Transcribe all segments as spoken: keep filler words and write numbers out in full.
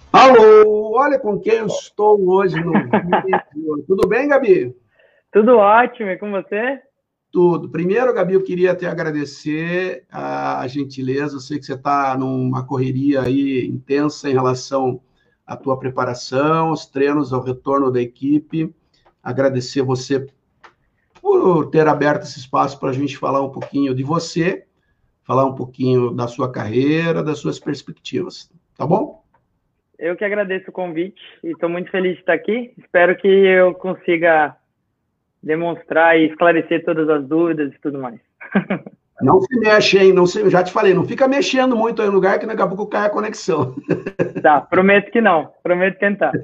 Alô, olha com quem eu estou hoje no vídeo. Tudo bem, Gabi? Tudo ótimo, e com você? Tudo. Primeiro, Gabi, eu queria te agradecer a, a gentileza. Eu sei que você está numa correria aí intensa em relação à tua preparação, os treinos, ao retorno da equipe. Agradecer você por ter aberto esse espaço para a gente falar um pouquinho de você, falar um pouquinho da sua carreira, das suas perspectivas. Tá bom? Eu que agradeço o convite e estou muito feliz de estar aqui. Espero que eu consiga demonstrar e esclarecer todas as dúvidas e tudo mais. Não se mexe, hein? Não se, já te falei, não fica mexendo muito aí no lugar que daqui a pouco cai a conexão. Tá, prometo que não, prometo tentar.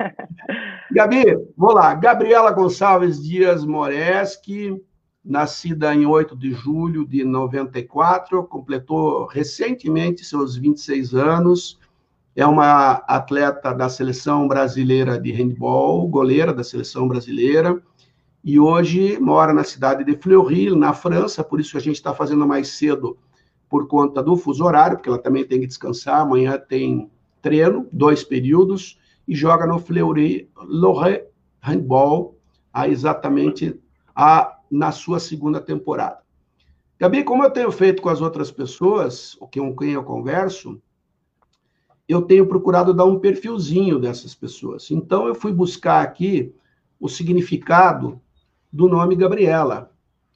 Gabi, vou lá. Gabriela Gonçalves Dias Moreski, nascida em oito de julho de noventa e quatro, completou recentemente seus vinte e seis anos, é uma atleta da seleção brasileira de handball, goleira da seleção brasileira, e hoje mora na cidade de Fleury, na França, por isso a gente está fazendo mais cedo por conta do fuso horário, porque ela também tem que descansar, amanhã tem treino, dois períodos, e joga no Fleury Lorraine Handball, a, exatamente a, na sua segunda temporada. Gabi, como eu tenho feito com as outras pessoas, com quem eu converso, eu tenho procurado dar um perfilzinho dessas pessoas. Então, eu fui buscar aqui o significado do nome Gabriela.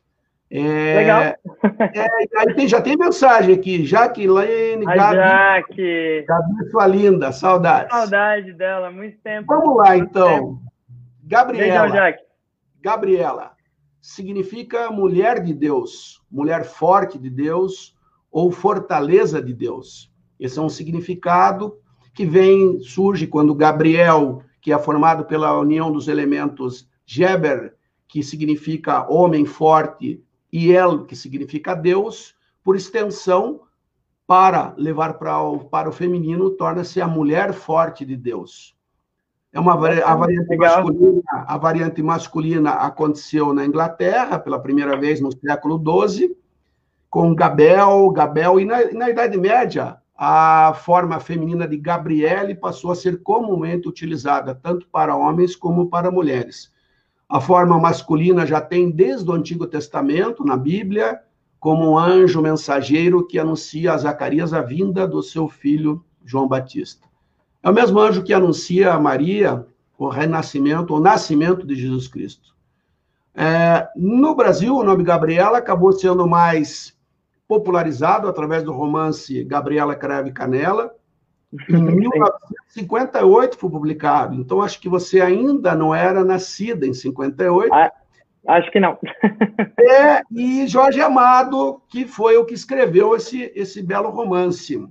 Legal. É, é, aí tem, já tem mensagem aqui, Jaqueline, A Gabi, Jaque, Gabi, sua linda, saudades. saudade dela, muito tempo, Vamos lá, muito tempo. então. Beijão, Gabriela, Jaque. Gabriela, significa mulher de Deus, mulher forte de Deus ou fortaleza de Deus. Esse é um significado que vem, surge quando Gabriel, que é formado pela união dos elementos Geber, que significa homem forte, e El, que significa Deus, por extensão, para levar para o, para o feminino, torna-se a mulher forte de Deus. É uma a variante Legal. masculina, a variante masculina aconteceu na Inglaterra pela primeira vez no século doze, com Gabel, Gabel e na, na Idade Média a forma feminina de Gabriele passou a ser comumente utilizada tanto para homens como para mulheres. A forma masculina já tem desde o Antigo Testamento, na Bíblia, como um anjo mensageiro que anuncia a Zacarias a vinda do seu filho João Batista. É o mesmo anjo que anuncia a Maria o renascimento, o nascimento de Jesus Cristo. É, no Brasil, o nome Gabriela acabou sendo mais popularizado através do romance Gabriela Cravo e Canela. Em mil novecentos e cinquenta e oito foi publicado. Então, acho que você ainda não era nascida em cinquenta e oito. Ah, acho que não. É, e Jorge Amado, que foi o que escreveu esse, esse belo romance.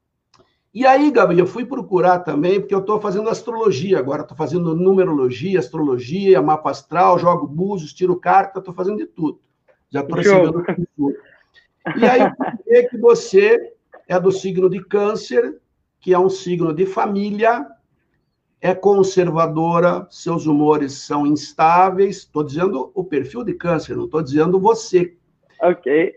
E aí, Gabi, eu fui procurar também, porque eu estou fazendo astrologia agora, estou fazendo numerologia, astrologia, mapa astral, jogo búzios, tiro carta, estou fazendo de tudo. Já estou recebendo tudo. E aí eu vi que você é do signo de Câncer, que é um signo de família, é conservadora, seus humores são instáveis. Estou dizendo o perfil de Câncer, não estou dizendo você. Ok.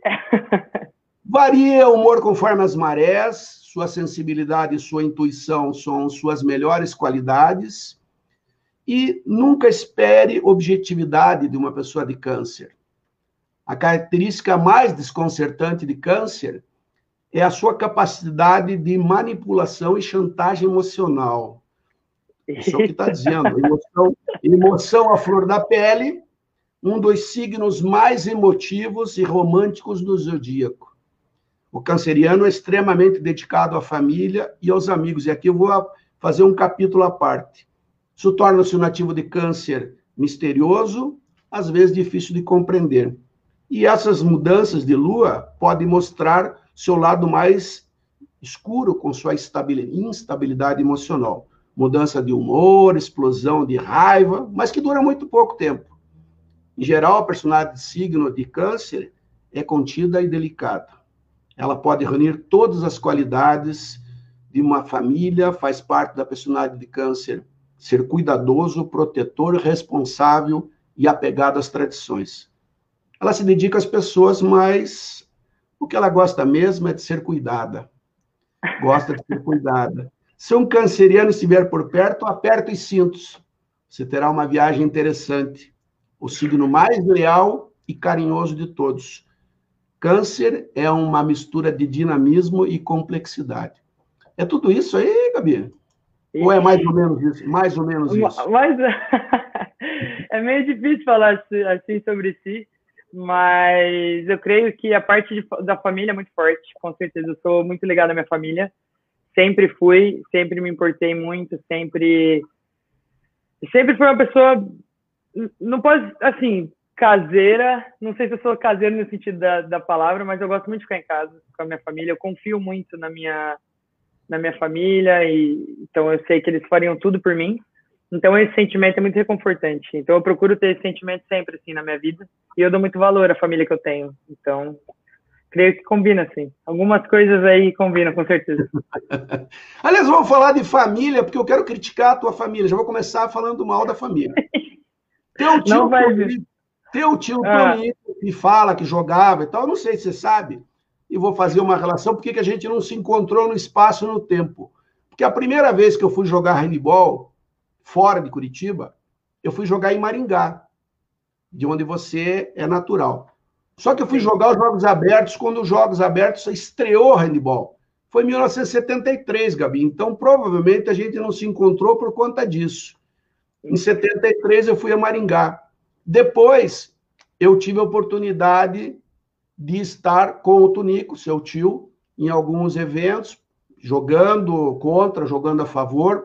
Varia o humor conforme as marés, sua sensibilidade e sua intuição são suas melhores qualidades. E nunca espere objetividade de uma pessoa de Câncer. A característica mais desconcertante de Câncer é a sua capacidade de manipulação e chantagem emocional. Isso é o que está dizendo. Emoção, emoção à flor da pele, um dos signos mais emotivos e românticos do zodíaco. O canceriano é extremamente dedicado à família e aos amigos. E aqui eu vou fazer um capítulo à parte. Isso torna-se um nativo de Câncer misterioso, às vezes difícil de compreender. E essas mudanças de lua podem mostrar seu lado mais escuro com sua instabilidade emocional. Mudança de humor, explosão de raiva, mas que dura muito pouco tempo. Em geral, a personalidade de signo de Câncer é contida e delicada. Ela pode reunir todas as qualidades de uma família, faz parte da personalidade de Câncer ser cuidadoso, protetor, responsável e apegado às tradições. Ela se dedica às pessoas, mas o que ela gosta mesmo é de ser cuidada. Gosta de ser cuidada. Se um canceriano estiver por perto, aperta os cintos. Você terá uma viagem interessante. O signo mais leal e carinhoso de todos. Câncer é uma mistura de dinamismo e complexidade. É tudo isso aí, Gabi? E... Ou é mais ou menos isso? Mais ou menos isso. Mas é meio difícil falar assim sobre si, mas eu creio que a parte de, da família é muito forte, com certeza. Eu sou muito ligado à minha família. Sempre fui, sempre me importei muito, sempre... Sempre fui uma pessoa... Não pode, assim, caseira. Não sei se eu sou caseiro no sentido da, da palavra, mas eu gosto muito de ficar em casa com a minha família. Eu confio muito na minha, na minha família, e então eu sei que eles fariam tudo por mim. Então esse sentimento é muito reconfortante. Então eu procuro ter esse sentimento sempre, assim, na minha vida. E eu dou muito valor à família que eu tenho. Então... creio que combina, sim. Algumas coisas aí combinam, com certeza. Aliás, vamos falar de família, porque eu quero criticar a tua família. Já vou começar falando mal da família. Teu tio, não vai... Tonico, teu tio ah. Tonico, que fala, que jogava e tal, eu não sei se você sabe, e vou fazer uma relação, porque que a gente não se encontrou no espaço e no tempo. Porque a primeira vez que eu fui jogar handball, fora de Curitiba, eu fui jogar em Maringá, de onde você é natural. Só que eu fui jogar os Jogos Abertos quando os Jogos Abertos estreou o handball. Foi em mil novecentos e setenta e três, Gabi. Então, provavelmente, a gente não se encontrou por conta disso. Em setenta e três, eu fui a Maringá. Depois, eu tive a oportunidade de estar com o Tonico, seu tio, em alguns eventos, jogando contra, jogando a favor.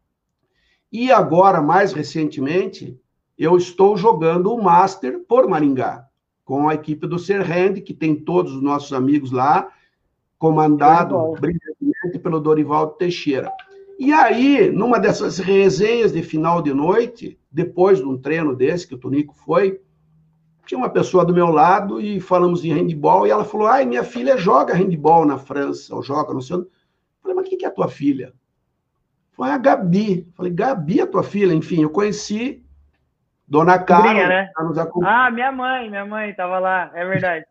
E agora, mais recentemente, eu estou jogando o Master por Maringá, com a equipe do Serrende, que tem todos os nossos amigos lá, comandado brilhantemente pelo Dorival Teixeira. E aí, numa dessas resenhas de final de noite, depois de um treino desse, que o Tonico foi, tinha uma pessoa do meu lado e falamos de handball, e ela falou, ai, minha filha joga handball na França, ou joga, não sei onde. Eu falei, mas quem que é a tua filha? Foi a Gabi. Eu falei, Gabi é a tua filha? Enfim, eu conheci Dona Carla, né? que nos acompanha. Ah, minha mãe, minha mãe estava lá, é verdade.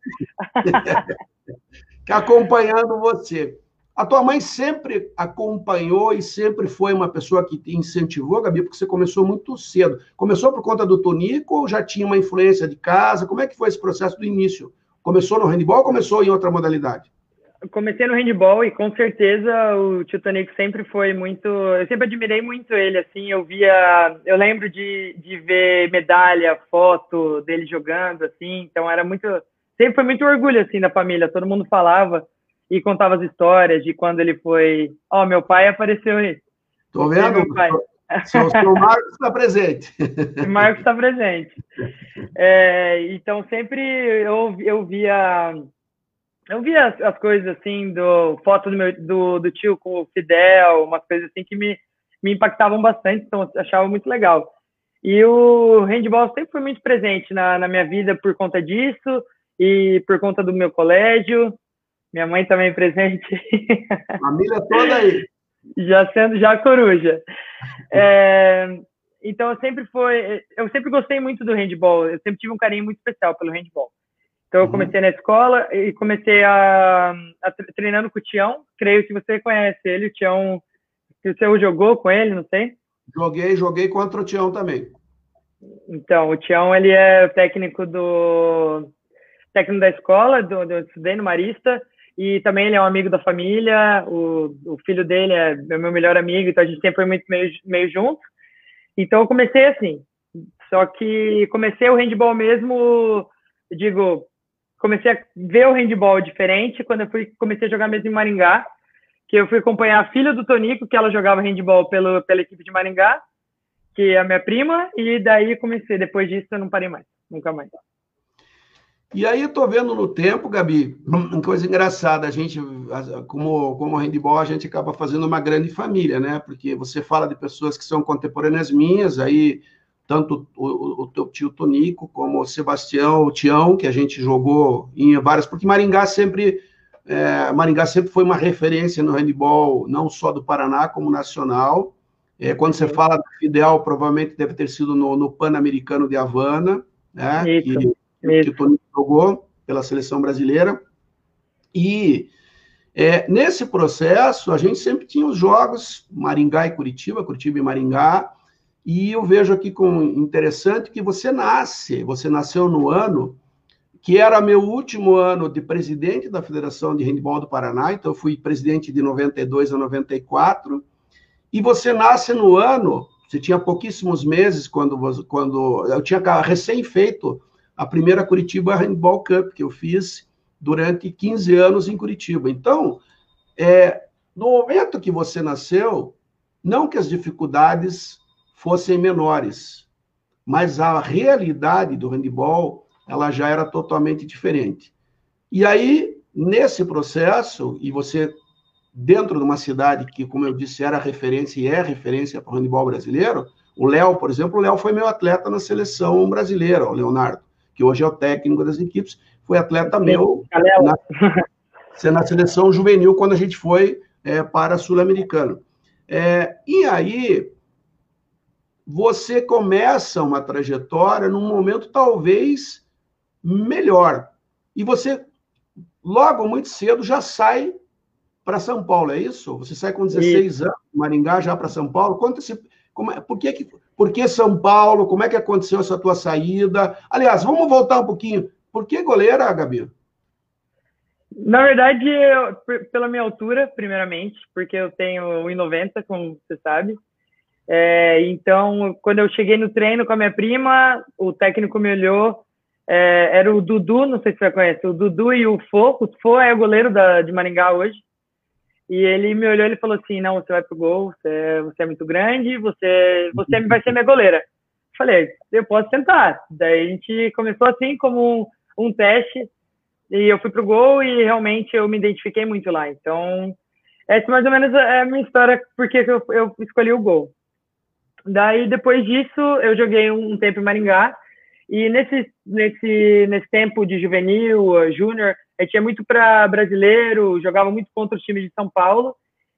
Que acompanhando você. A tua mãe sempre acompanhou e sempre foi uma pessoa que te incentivou, Gabi, porque você começou muito cedo. Começou por conta do Tonico ou já tinha uma influência de casa? Como é que foi esse processo do início? Começou no handball ou começou em outra modalidade? Eu comecei no handball e com certeza o tio Tonico sempre foi muito... Eu sempre admirei muito ele, assim, eu via... Eu lembro de, de ver medalha, foto dele jogando, assim, então era muito... Sempre foi muito orgulho, assim, da família, todo mundo falava e contava as histórias de quando ele foi... Ó, oh, meu pai apareceu aí. Tô vendo? Meu pai. Seu, seu Marcos está presente. O Marcos está presente. É, então, sempre eu, eu via... Eu via as, as coisas, assim, do foto do, meu, do, do tio com o Fidel, umas coisas assim que me, me impactavam bastante, então eu achava muito legal. E o handball sempre foi muito presente na, na minha vida por conta disso e por conta do meu colégio. Minha mãe também presente. Família toda aí. Já sendo já coruja. É, então, eu sempre, foi, eu sempre gostei muito do handball. Eu sempre tive um carinho muito especial pelo handball. Então, eu comecei uhum. na escola e comecei a, a treinando com o Tião. Creio que você conhece ele, o Tião. Você jogou com ele, não sei? Joguei, joguei contra o Tião também. Então, o Tião, ele é o técnico do técnico da escola, do, do, eu estudei no Marista, e também ele é um amigo da família. O, o filho dele é meu melhor amigo, então a gente sempre foi muito meio, meio junto. Então, eu comecei assim. Só que comecei o handball mesmo, eu digo... Comecei a ver o handball diferente quando eu fui, comecei a jogar mesmo em Maringá, que eu fui acompanhar a filha do Tonico, que ela jogava handball pelo, pela equipe de Maringá, que é a minha prima, e daí comecei. Depois disso, eu não parei mais, nunca mais. E aí eu tô vendo no tempo, Gabi, uma coisa engraçada, a gente, como, como handball, a gente acaba fazendo uma grande família, né? Porque você fala de pessoas que são contemporâneas minhas, aí... tanto o, o teu tio Tonico, como o Sebastião, o Tião, que a gente jogou em várias... Porque Maringá sempre, é, Maringá sempre foi uma referência no handball, não só do Paraná, como nacional. É, quando você fala do Fidel, provavelmente deve ter sido no, no Pan-Americano de Havana, né? Isso, que, isso. que o Tonico jogou pela seleção brasileira. E É, nesse processo, a gente sempre tinha os jogos Maringá e Curitiba, Curitiba e Maringá, e eu vejo aqui com interessante que você nasce, você nasceu no ano que era meu último ano de presidente da Federação de Handebol do Paraná, então eu fui presidente de noventa e dois a noventa e quatro, e você nasce no ano, você tinha pouquíssimos meses quando, quando eu tinha recém feito a primeira Curitiba Handball Cup, que eu fiz durante quinze anos em Curitiba. Então, é, no momento que você nasceu, não que as dificuldades fossem menores, mas a realidade do handebol, ela já era totalmente diferente. E aí, nesse processo, e você, dentro de uma cidade que, como eu disse, era referência e é referência para o handebol brasileiro, o Léo, por exemplo, o Léo foi meu atleta na seleção brasileira, o Leonardo, que hoje é o técnico das equipes, foi atleta meu na, na seleção juvenil quando a gente foi é, para Sul-Americano. É, e aí, você começa uma trajetória num momento talvez melhor. E você, logo muito cedo, já sai para São Paulo, é isso? Você sai com dezesseis isso. anos, Maringá, já para São Paulo. Conta se, como é, por, que, por que São Paulo? Como é que aconteceu essa tua saída? Aliás, vamos voltar um pouquinho. Por que goleira, Gabi? Na verdade, eu, pela minha altura, primeiramente, porque eu tenho um e noventa, como você sabe. É, então, quando eu cheguei no treino com a minha prima, o técnico me olhou, é, era o Dudu, não sei se você conhece, o Dudu e o Fô. O Fô é o goleiro da, de Maringá hoje. E ele me olhou e falou assim, não, você vai pro gol, você, você é muito grande, você, você vai ser minha goleira. Falei, eu posso tentar. Daí a gente começou assim como um, um teste, e eu fui pro gol e realmente eu me identifiquei muito lá. Então, essa mais ou menos é a minha história, porque eu, eu escolhi o gol. Daí, depois disso, eu joguei um tempo em Maringá, e nesse, nesse, nesse tempo de juvenil, júnior, eu tinha muito para brasileiro, jogava muito contra os times de São Paulo,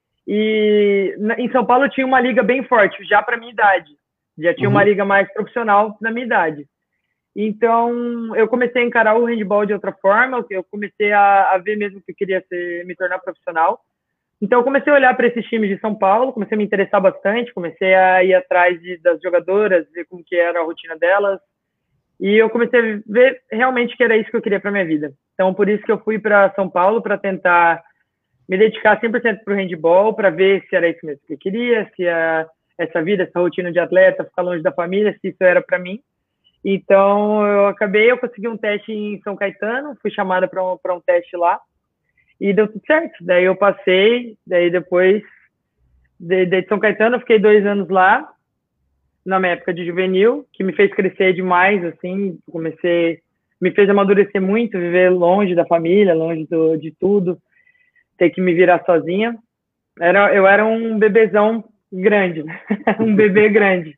e em São Paulo tinha uma liga bem forte, já para minha idade, já tinha uhum. uma liga mais profissional na minha idade. Então, eu comecei a encarar o handball de outra forma, eu comecei a, a ver mesmo que eu queria ser, me tornar profissional. Então, eu comecei a olhar para esses times de São Paulo, comecei a me interessar bastante, comecei a ir atrás de, das jogadoras, ver como que era a rotina delas, e eu comecei a ver realmente que era isso que eu queria para minha vida. Então, por isso que eu fui para São Paulo, para tentar me dedicar cem por cento para o handball, para ver se era isso mesmo que eu queria, se a, essa vida, essa rotina de atleta, ficar longe da família, se isso era para mim. Então, eu acabei, eu consegui um teste em São Caetano, fui chamada para um, para um teste lá, e deu tudo certo. Daí eu passei, daí depois de, de São Caetano, eu fiquei dois anos lá, na minha época de juvenil, que me fez crescer demais, assim, comecei, me fez amadurecer muito, viver longe da família, longe do, de tudo, ter que me virar sozinha. Era, eu era um bebezão grande, um bebê grande.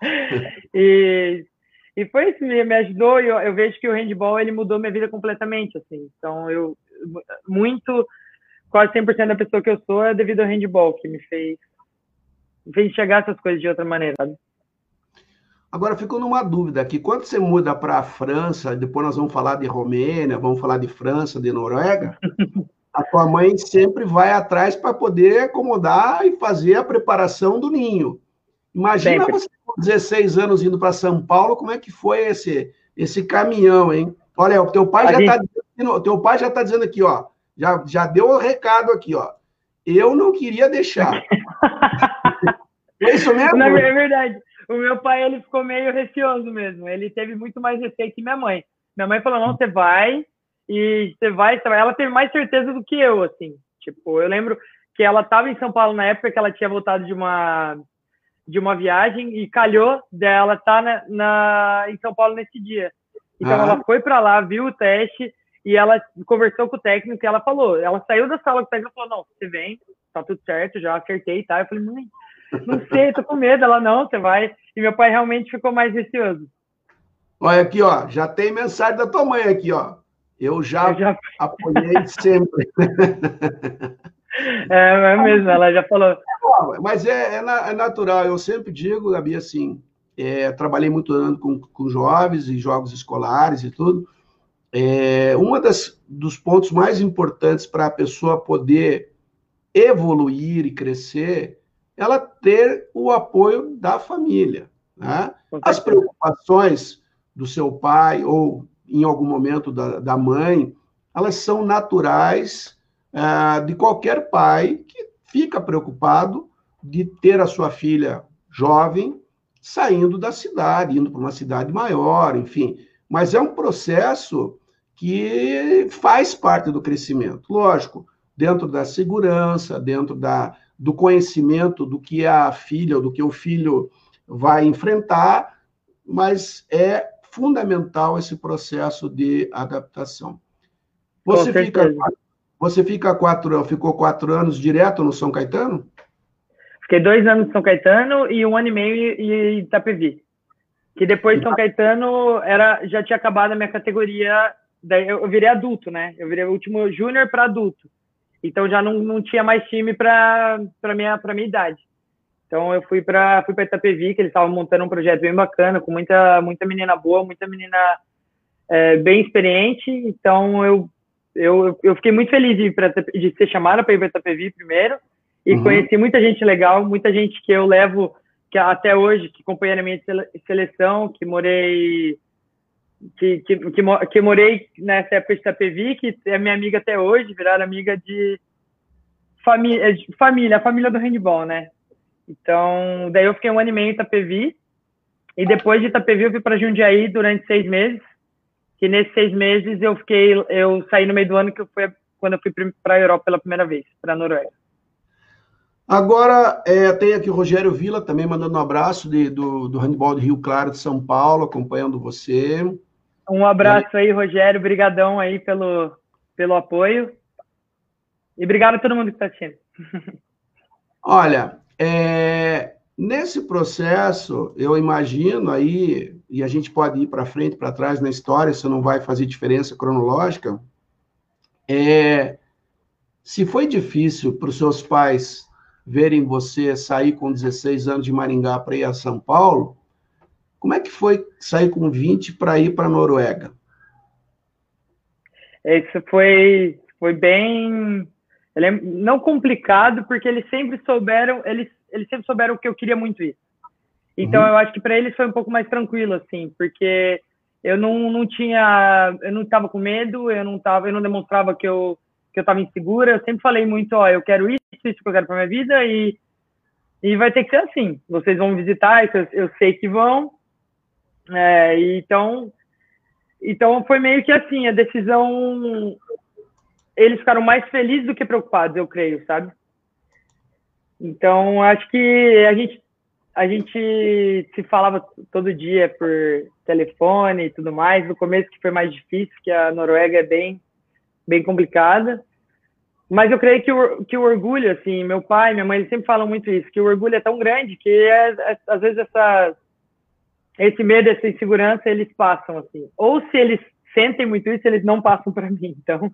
E, e foi isso, me, me ajudou, e eu, eu vejo que o handball, ele mudou minha vida completamente, assim. Então, eu, muito, quase cem por cento da pessoa que eu sou é devido ao handball, que me fez, me fez enxergar essas coisas de outra maneira, sabe? Agora, fico numa dúvida aqui. Quando você muda para a França, depois nós vamos falar de Romênia, vamos falar de França, de Noruega, a tua mãe sempre vai atrás para poder acomodar e fazer a preparação do ninho. Imagina sempre. Você com dezesseis anos indo para São Paulo, como é que foi esse, esse caminhão, hein? Olha, o teu pai, já gente... tá dizendo, teu pai já está dizendo aqui, ó, já, já deu o recado aqui, ó. Eu não queria deixar. É isso mesmo? Não, é verdade. O meu pai, ele ficou meio receoso mesmo. Ele teve muito mais receio que minha mãe. Minha mãe falou, não, você vai, e você vai, você vai. Ela teve mais certeza do que eu, assim. Tipo, eu lembro que ela estava em São Paulo na época que ela tinha voltado de uma, de uma viagem e calhou dela estar na, na, em São Paulo nesse dia. Então, ah. ela foi para lá, viu o teste, e ela conversou com o técnico e ela falou, ela saiu da sala com o técnico e falou, não, você vem, tá tudo certo, já acertei, tá? Eu falei, mãe, não sei, tô com medo. Ela, não, você vai. E meu pai realmente ficou mais receoso. Olha aqui, ó, já tem mensagem da tua mãe aqui, ó. Eu já, eu já... apoiei sempre. É, é mesmo, ela já falou. Mas é, é, é natural, eu sempre digo, Gabi, assim, é, trabalhei muito ano com, com jovens e jogos escolares e tudo. é, uma das dos pontos mais importantes para a pessoa poder evoluir e crescer, ela ter o apoio da família, né? As preocupações do seu pai ou, em algum momento, da, da mãe, elas são naturais ah, de qualquer pai que fica preocupado de ter a sua filha jovem saindo da cidade, indo para uma cidade maior, enfim. Mas é um processo que faz parte do crescimento. Lógico, dentro da segurança, dentro da, do conhecimento do que a filha ou do que o filho vai enfrentar, mas é fundamental esse processo de adaptação. Você fica, você fica quatro, ficou quatro anos direto no São Caetano? Fiquei dois anos em São Caetano e um ano e meio em Itapevi. Que depois de São Caetano era, já tinha acabado a minha categoria, daí eu, eu virei adulto, né? Eu virei o último júnior para adulto. Então já não, não tinha mais time para a minha, para minha idade. Então eu fui para fui para Itapevi, que eles estavam montando um projeto bem bacana, com muita, muita menina boa, muita menina é, bem experiente. Então eu, eu, eu fiquei muito feliz de, pra, de ser chamada para ir para Itapevi primeiro. E uhum. conheci muita gente legal, muita gente que eu levo que até hoje, que acompanhei na minha seleção, que morei que, que, que, que morei nessa época de Itapevi, que é minha amiga até hoje, viraram amiga de família, de família, a família do handball, né? Então, daí eu fiquei um ano e meio em Itapevi, e depois de Itapevi eu fui para Jundiaí durante seis meses, que nesses seis meses eu fiquei, eu saí no meio do ano, que eu fui, quando eu fui para a Europa pela primeira vez, para a Noruega. Agora, é, tem aqui o Rogério Vila, também mandando um abraço de, do, do handball de Rio Claro, de São Paulo, acompanhando você. Um abraço aí, Rogério, brigadão aí pelo, pelo apoio. E obrigado a todo mundo que está assistindo. Olha, é, nesse processo, eu imagino aí, e a gente pode ir para frente, para trás na história, isso não vai fazer diferença cronológica, é, se foi difícil para os seus pais verem você sair com dezesseis anos de Maringá para ir a São Paulo, como é que foi sair com vinte para ir para a Noruega? Isso foi, foi bem... não complicado, porque eles sempre souberam, eles, eles sempre souberam que eu queria muito isso. Então, uhum. eu acho que para eles foi um pouco mais tranquilo, assim, porque eu não, não tinha... eu não estava com medo, eu não, tava, eu não demonstrava que eu que eu estava insegura, eu sempre falei muito, ó, eu quero isso, isso que eu quero para minha vida, e, e vai ter que ser assim. Vocês vão visitar, isso eu, eu sei que vão. É, então, então, foi meio que assim, a decisão... Eles ficaram mais felizes do que preocupados, eu creio, sabe? Então, acho que a gente, a gente se falava todo dia por telefone e tudo mais. No começo que foi mais difícil, que a Noruega é bem... bem complicada, mas eu creio que o, que o orgulho, assim, meu pai, minha mãe, eles sempre falam muito isso, que o orgulho é tão grande que, é, é, às vezes, essa, esse medo, essa insegurança, eles passam, assim. Ou se eles sentem muito isso, eles não passam para mim, então...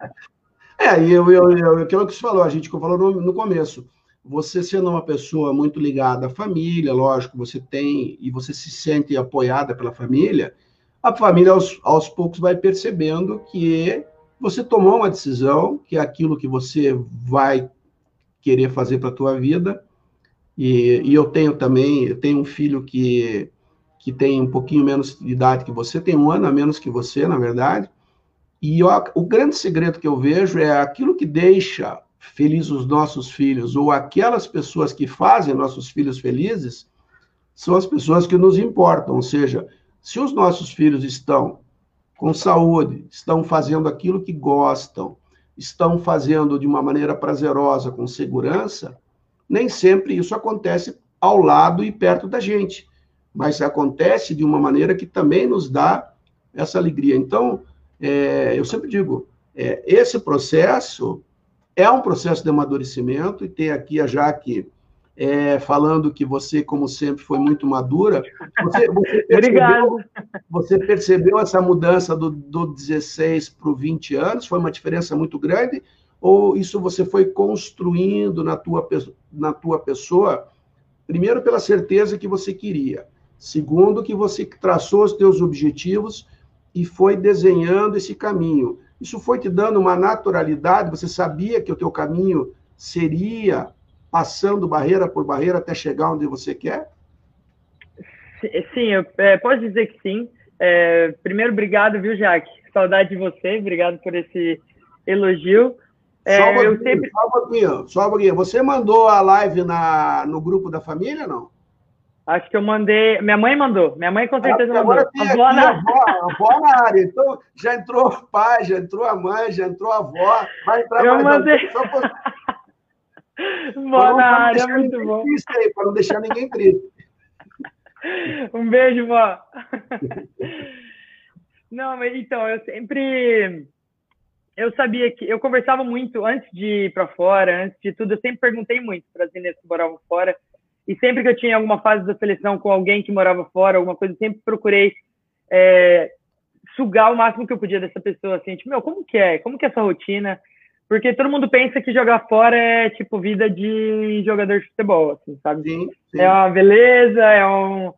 É, e eu, eu, eu, aquilo que você falou, a gente falou no, no começo, você sendo uma pessoa muito ligada à família, lógico, você tem, e você se sente apoiada pela família, a família, aos, aos poucos, vai percebendo que você tomou uma decisão, que é aquilo que você vai querer fazer para a tua vida, e, e eu tenho também, eu tenho um filho que, que tem um pouquinho menos de idade que você, tem um ano a menos que você, na verdade, e eu, o grande segredo que eu vejo é aquilo que deixa felizes os nossos filhos, ou aquelas pessoas que fazem nossos filhos felizes, são as pessoas que nos importam, ou seja, se os nossos filhos estão com saúde, estão fazendo aquilo que gostam, estão fazendo de uma maneira prazerosa, com segurança, nem sempre isso acontece ao lado e perto da gente, mas acontece de uma maneira que também nos dá essa alegria. Então, é, eu sempre digo, é, esse processo é um processo de amadurecimento, e tem aqui a Jaque é, falando que você, como sempre, foi muito madura. Você, você percebeu, você percebeu essa mudança do, do dezesseis para o vinte anos? Foi uma diferença muito grande? Ou isso você foi construindo na tua, na tua pessoa, primeiro, pela certeza que você queria, segundo, que você traçou os teus objetivos e foi desenhando esse caminho. Isso foi te dando uma naturalidade? Você sabia que o teu caminho seria passando barreira por barreira até chegar onde você quer? Sim, eu é, posso dizer que sim. É, primeiro, obrigado, viu, Jaque? Saudade de você, obrigado por esse elogio. É, só, um eu sempre... só um pouquinho, só um pouquinho. Você mandou a live na, no grupo da família, não? Acho que eu mandei. Minha mãe mandou. Minha mãe com certeza ah, agora mandou. tem a avó, aqui na... a, avó, a avó na área. Então, já entrou o pai, já entrou a mãe, já entrou a avó. Vai entrar eu mais mandei... alguém. Só por... Vó na área, muito bom. Para não deixar ninguém triste. Um beijo, vó. Não, mas então, eu sempre... Eu sabia que... Eu conversava muito antes de ir para fora, antes de tudo. Eu sempre perguntei muito para as meninas que moravam fora. E sempre que eu tinha alguma fase da seleção com alguém que morava fora, alguma coisa, eu sempre procurei é, sugar o máximo que eu podia dessa pessoa. Assim, tipo, meu, como que é? Como que é essa rotina? Porque todo mundo pensa que jogar fora é, tipo, vida de jogador de futebol, assim, sabe? Sim, sim. É uma beleza, é, um,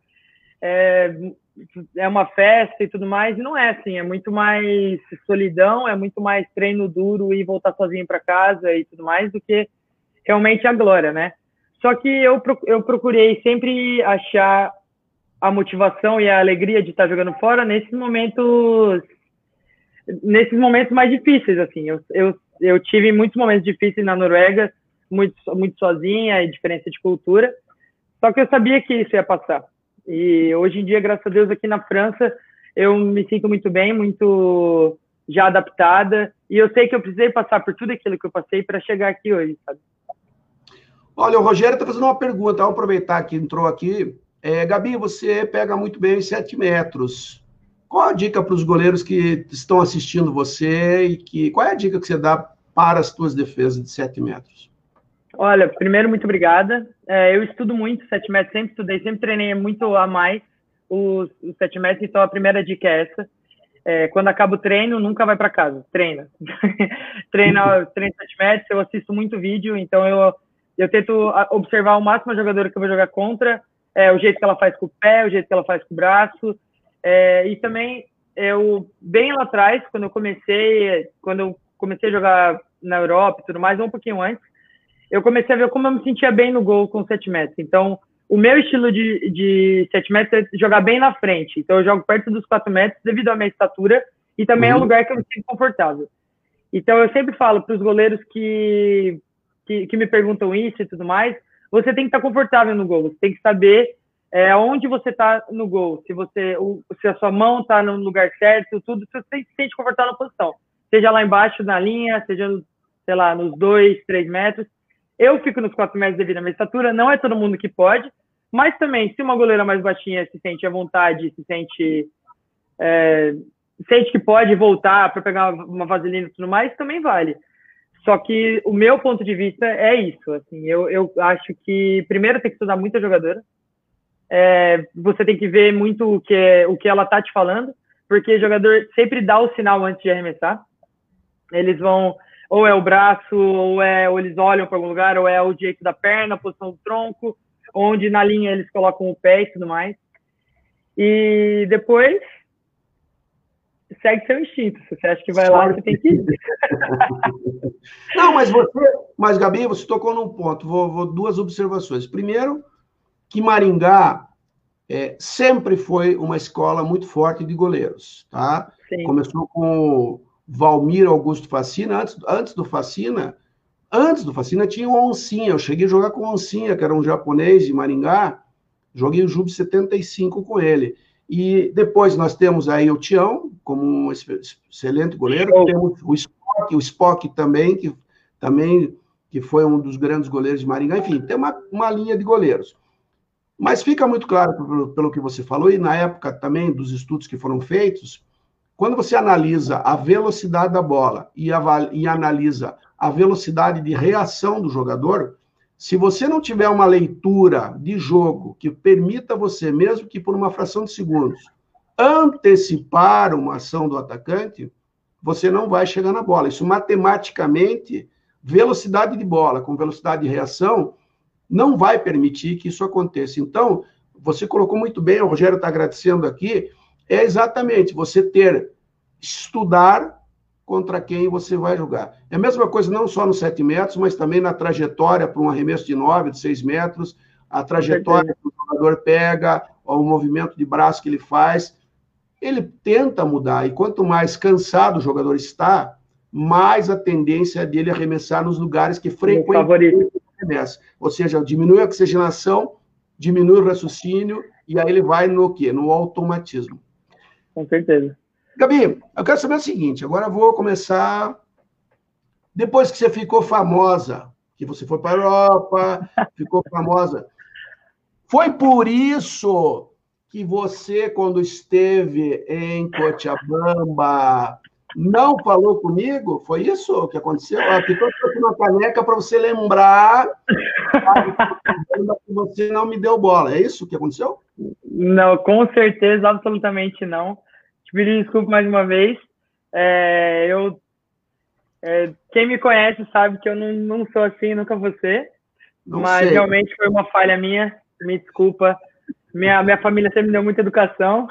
é, é uma festa e tudo mais, e não é assim, é muito mais solidão, é muito mais treino duro e voltar sozinho para casa e tudo mais, do que realmente a glória, né? Só que eu, eu procurei sempre achar a motivação e a alegria de estar jogando fora nesses momentos, nesses momentos mais difíceis, assim. Eu, eu, eu tive muitos momentos difíceis na Noruega, muito, muito sozinha, e diferença de cultura. Só que eu sabia que isso ia passar. E hoje em dia, graças a Deus, aqui na França, eu me sinto muito bem, muito já adaptada. E eu sei que eu precisei passar por tudo aquilo que eu passei para chegar aqui hoje, sabe? Olha, o Rogério está fazendo uma pergunta, vou aproveitar que entrou aqui. É, Gabi, você pega muito bem os sete metros. Qual a dica para os goleiros que estão assistindo você e que qual é a dica que você dá para as tuas defesas de sete metros? Olha, primeiro, muito obrigada. É, eu estudo muito sete metros, sempre estudei, sempre treinei muito a mais os, os sete metros, então a primeira dica é essa. É, quando acaba o treino, nunca vai para casa, treina. treina, treina sete metros, eu assisto muito vídeo, então eu Eu tento observar o máximo a jogadora que eu vou jogar contra, é, o jeito que ela faz com o pé, o jeito que ela faz com o braço. É, e também, eu bem lá atrás, quando eu comecei, quando eu comecei a jogar na Europa e tudo mais, um pouquinho antes, eu comecei a ver como eu me sentia bem no gol com sete metros. Então, o meu estilo de, de sete metros é jogar bem na frente. Então, eu jogo perto dos quatro metros devido à minha estatura e também uhum. é um lugar que eu me sinto confortável. Então, eu sempre falo para os goleiros que... Que, que me perguntam isso e tudo mais, você tem que estar confortável no gol, você tem que saber é, onde você está no gol, se, você, o, se a sua mão está no lugar certo, tudo, você tem que se sente confortável na posição, seja lá embaixo na linha, seja, sei lá, nos dois, três metros. Eu fico nos quatro metros devido à minha estatura, não é todo mundo que pode, mas também, se uma goleira mais baixinha se sente à vontade, se sente, é, sente que pode voltar para pegar uma vaselina e tudo mais, também vale. Só que o meu ponto de vista é isso, assim, eu, eu acho que primeiro tem que estudar muito a jogadora, é, você tem que ver muito o que, o que ela tá te falando, porque o jogador sempre dá o sinal antes de arremessar, eles vão, ou é o braço, ou, é, ou eles olham para algum lugar, ou é o jeito da perna, a posição do tronco, onde na linha eles colocam o pé e tudo mais, e depois... segue seu instinto. Se você acha que vai lá, você tem que ir. Não, mas você, mas Gabi, você tocou num ponto. Vou, vou duas observações. Primeiro, que Maringá é, sempre foi uma escola muito forte de goleiros, tá? Sim. Começou com Valmir Augusto Facina. Antes, antes do Facina, antes do Facina tinha o Oncinha. Eu cheguei a jogar com o Oncinha, que era um japonês de Maringá. Joguei o Jub setenta e cinco com ele. E depois nós temos aí o Tião, como um excelente goleiro, oh. temos o Spock, o Spock também, que também que foi um dos grandes goleiros de Maringá. Enfim, tem uma, uma linha de goleiros. Mas fica muito claro, pelo, pelo que você falou, e na época também dos estudos que foram feitos, quando você analisa a velocidade da bola e, a, e analisa a velocidade de reação do jogador, se você não tiver uma leitura de jogo que permita você, mesmo que por uma fração de segundos, antecipar uma ação do atacante, você não vai chegar na bola. Isso matematicamente, velocidade de bola com velocidade de reação, não vai permitir que isso aconteça. Então, você colocou muito bem, o Rogério está agradecendo aqui, é exatamente você ter, estudar contra quem você vai jogar. É a mesma coisa não só nos sete metros, mas também na trajetória para um arremesso de nove, de seis metros, a trajetória que o jogador pega, o movimento de braço que ele faz, ele tenta mudar, e quanto mais cansado o jogador está, mais a tendência dele arremessar nos lugares que frequentemente arremessa. Ou seja, diminui a oxigenação, diminui o raciocínio, e aí ele vai no quê? No automatismo. Com certeza. Gabi, eu quero saber o seguinte, agora eu vou começar... Depois que você ficou famosa, que você foi para a Europa, ficou famosa, foi por isso que você, quando esteve em Cochabamba, não falou comigo? Foi isso que aconteceu? Aqui estou com uma caneca para você lembrar que você não me deu bola. É isso que aconteceu? Não, com certeza, absolutamente não. Te pedi desculpa mais uma vez. É, eu, é, quem me conhece sabe que eu não, não sou assim, nunca vou ser. Não mas sei. Realmente foi uma falha minha. Me desculpa. Minha, minha família sempre me deu muita educação,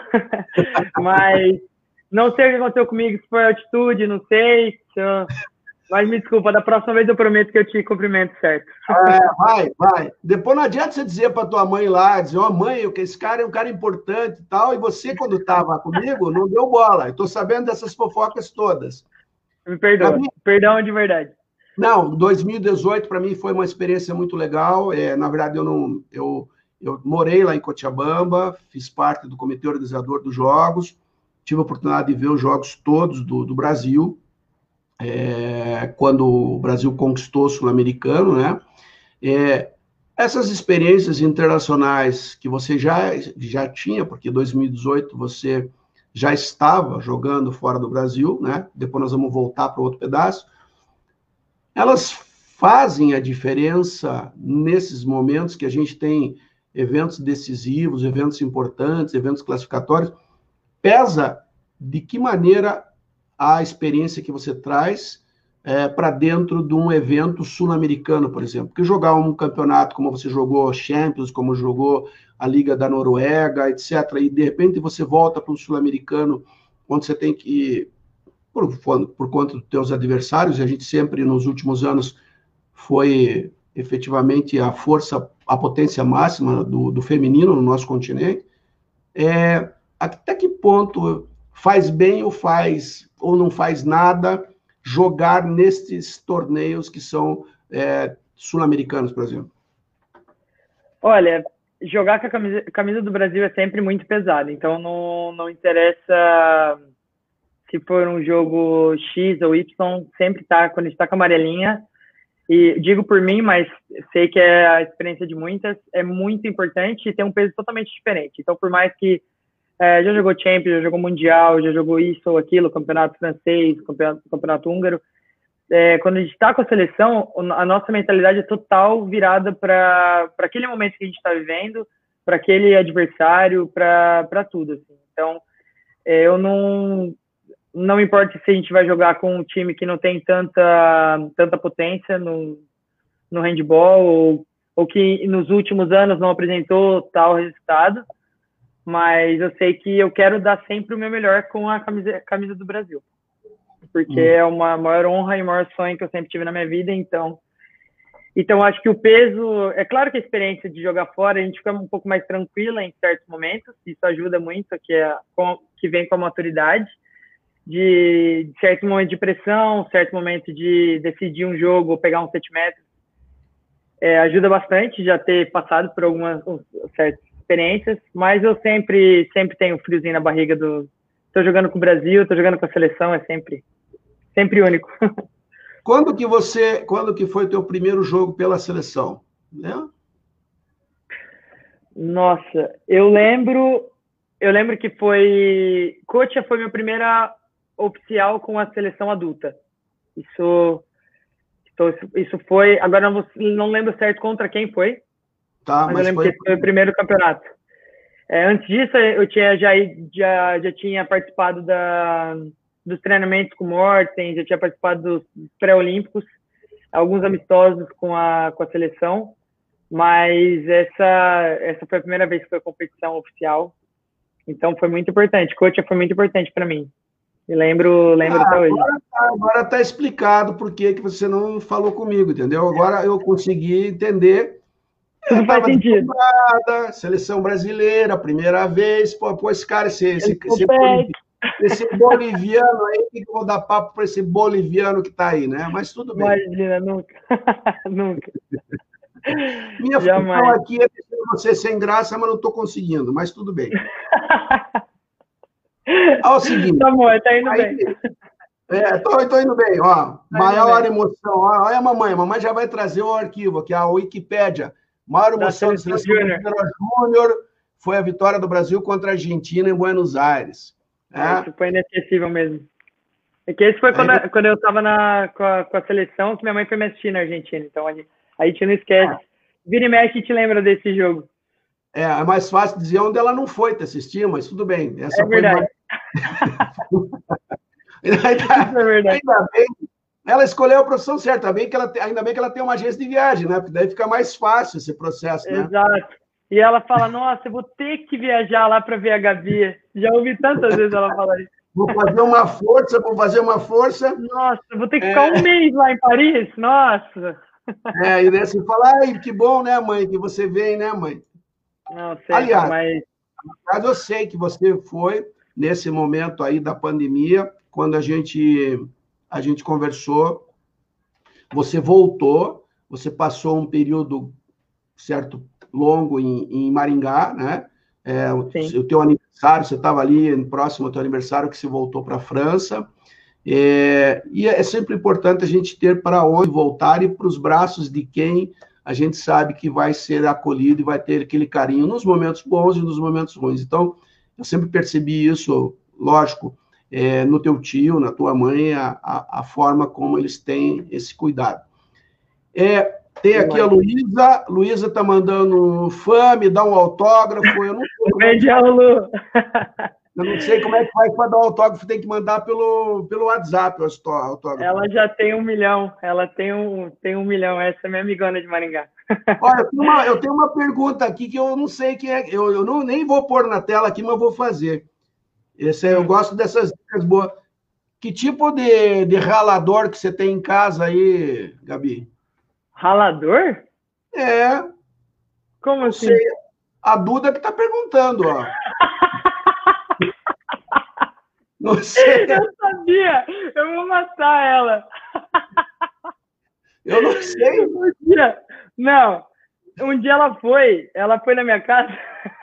mas não sei o que aconteceu comigo, se foi altitude, não sei, eu... mas me desculpa, da próxima vez eu prometo que eu te cumprimento certo. É, vai, vai. Depois não adianta você dizer para tua mãe lá, dizer, ó oh, mãe, esse cara é um cara importante e tal, e você, quando estava comigo, não deu bola. Eu estou sabendo dessas fofocas todas. Me perdoa, mim, perdão de verdade. Não, dois mil e dezoito para mim foi uma experiência muito legal, é, na verdade eu não... Eu, Eu morei lá em Cochabamba, fiz parte do comitê organizador dos Jogos, tive a oportunidade de ver os Jogos todos do, do Brasil, é, quando o Brasil conquistou o Sul-Americano, né? É, essas experiências internacionais que você já, já tinha, porque em dois mil e dezoito você já estava jogando fora do Brasil, né? Depois nós vamos voltar para outro pedaço, elas fazem a diferença nesses momentos que a gente tem eventos decisivos, eventos importantes, eventos classificatórios, pesa de que maneira a experiência que você traz é, para dentro de um evento sul-americano, por exemplo. Porque jogar um campeonato como você jogou Champions, como jogou a Liga da Noruega, etcétera, e de repente você volta para um sul-americano, onde você tem que, por, por conta dos teus adversários, e a gente sempre, nos últimos anos, foi efetivamente a força, a potência máxima do, do feminino no nosso continente, é, até que ponto faz bem ou faz ou não faz nada jogar nestes torneios que são é, sul-americanos, por exemplo? Olha, jogar com a camisa, camisa do Brasil é sempre muito pesado, então não, não interessa se for um jogo X ou Y, sempre tá, quando a gente tá com a amarelinha. E digo por mim, mas sei que é a experiência de muitas, é muito importante e tem um peso totalmente diferente. Então, por mais que é, já jogou Champions, já jogou Mundial, já jogou isso ou aquilo, campeonato francês, campeonato, campeonato húngaro, é, quando a gente está com a seleção, a nossa mentalidade é total virada para aquele momento que a gente está vivendo, para aquele adversário, para tudo. Assim. Então, é, eu não... Não importa se a gente vai jogar com um time que não tem tanta, tanta potência no, no handball ou, ou que nos últimos anos não apresentou tal resultado, mas eu sei que eu quero dar sempre o meu melhor com a camisa, camisa do Brasil, porque hum. é uma maior honra e maior sonho que eu sempre tive na minha vida, então... Então, acho que o peso... É claro que a experiência de jogar fora, a gente fica um pouco mais tranquila em certos momentos, isso ajuda muito, que, é, que vem com a maturidade, de, de certo momento de pressão, certo momento de decidir um jogo ou pegar um sete metros. É, ajuda bastante já ter passado por algumas certas experiências, mas eu sempre, sempre tenho um friozinho na barriga do... Estou jogando com o Brasil, estou jogando com a seleção, é sempre, sempre único. Quando que você, quando que foi o teu primeiro jogo pela seleção? Né? Nossa, eu lembro, eu lembro que foi... Cotia foi minha primeira oficial com a seleção adulta. Isso, isso foi... Agora não, não lembro certo contra quem foi, tá, mas, mas eu lembro foi... que foi o primeiro campeonato. É, antes disso, eu tinha, já, já, já tinha participado da, dos treinamentos com o Morten, já tinha participado dos pré-olímpicos, alguns amistosos com a, com a seleção, mas essa, essa foi a primeira vez que foi a competição oficial. Então foi muito importante. Coach foi muito importante para mim. E lembro, lembro ah, até hoje. Agora está explicado por que que você não falou comigo, entendeu? Agora eu consegui entender. Tudo faz sentido. Seleção brasileira, primeira vez. Pô, pô esse cara, esse, esse, esse, boliviano, esse boliviano aí, que eu vou dar papo para esse boliviano que está aí, né? Mas tudo bem. Imagina, nunca. Nunca. Minha Jamais. função aqui é deixar você sem graça, mas não estou conseguindo, mas tudo bem. Olha o seguinte. Tá bom, tá indo aí, bem. É, tô, tô indo bem, ó. Tá maior bem. Emoção. Ó, olha a mamãe, a mamãe já vai trazer o arquivo, que é a Wikipédia. Maior emoção da Seleção Brasileira Júnior foi a vitória do Brasil contra a Argentina em Buenos Aires. É. Isso foi inesquecível mesmo. É que esse foi quando, é. quando eu estava com a, com a seleção, que minha mãe foi me assistir na Argentina. Então, a gente, a gente não esquece. É. Vira e mexe, te lembra desse jogo. É, é mais fácil dizer onde ela não foi te assistir, mas tudo bem. Essa é verdade. ainda, é verdade. Ainda bem, ela escolheu a profissão certa, ainda bem, que ela, ainda bem que ela tem uma agência de viagem, né? Porque daí fica mais fácil esse processo, né? Exato. E ela fala, nossa, eu vou ter que viajar lá para ver a Gabi. Já ouvi tantas vezes ela falar isso. Vou fazer uma força, vou fazer uma força. Nossa, vou ter que ficar é... um mês lá em Paris, nossa. É, e daí você fala, ai, que bom, né, mãe, que você vem, né, mãe? Não sei, aliás, mas... aliás, eu sei que você foi nesse momento aí da pandemia, quando a gente, a gente conversou, você voltou, você passou um período, certo, longo em, em Maringá, né? É, o, o teu aniversário, você estava ali próximo ao teu aniversário, que você voltou para a França. É, e é sempre importante a gente ter para onde voltar e para os braços de quem a gente sabe que vai ser acolhido e vai ter aquele carinho nos momentos bons e nos momentos ruins. Então, eu sempre percebi isso, lógico, é, no teu tio, na tua mãe, a, a, a forma como eles têm esse cuidado. É, tem aqui a Luísa, Luísa está mandando um fã, me dá um autógrafo, eu não sei como é que, eu não sei como é que faz para dar um autógrafo, tem que mandar pelo, pelo WhatsApp o autógrafo. Ela já tem um milhão, ela tem um, tem um milhão, essa é minha amigona de Maringá. Olha, eu tenho, uma, eu tenho uma pergunta aqui que eu não sei quem é, eu, eu não, nem vou pôr na tela aqui, mas eu vou fazer. Esse, hum. Eu gosto dessas dicas boas. Que tipo de, de ralador que você tem em casa aí, Gabi? Ralador? É. Como assim? Sei. A Duda que está perguntando, ó. Não sei. Eu sabia! Eu vou matar ela. Eu não sei. Um dia, não, um dia ela foi, ela foi na minha casa.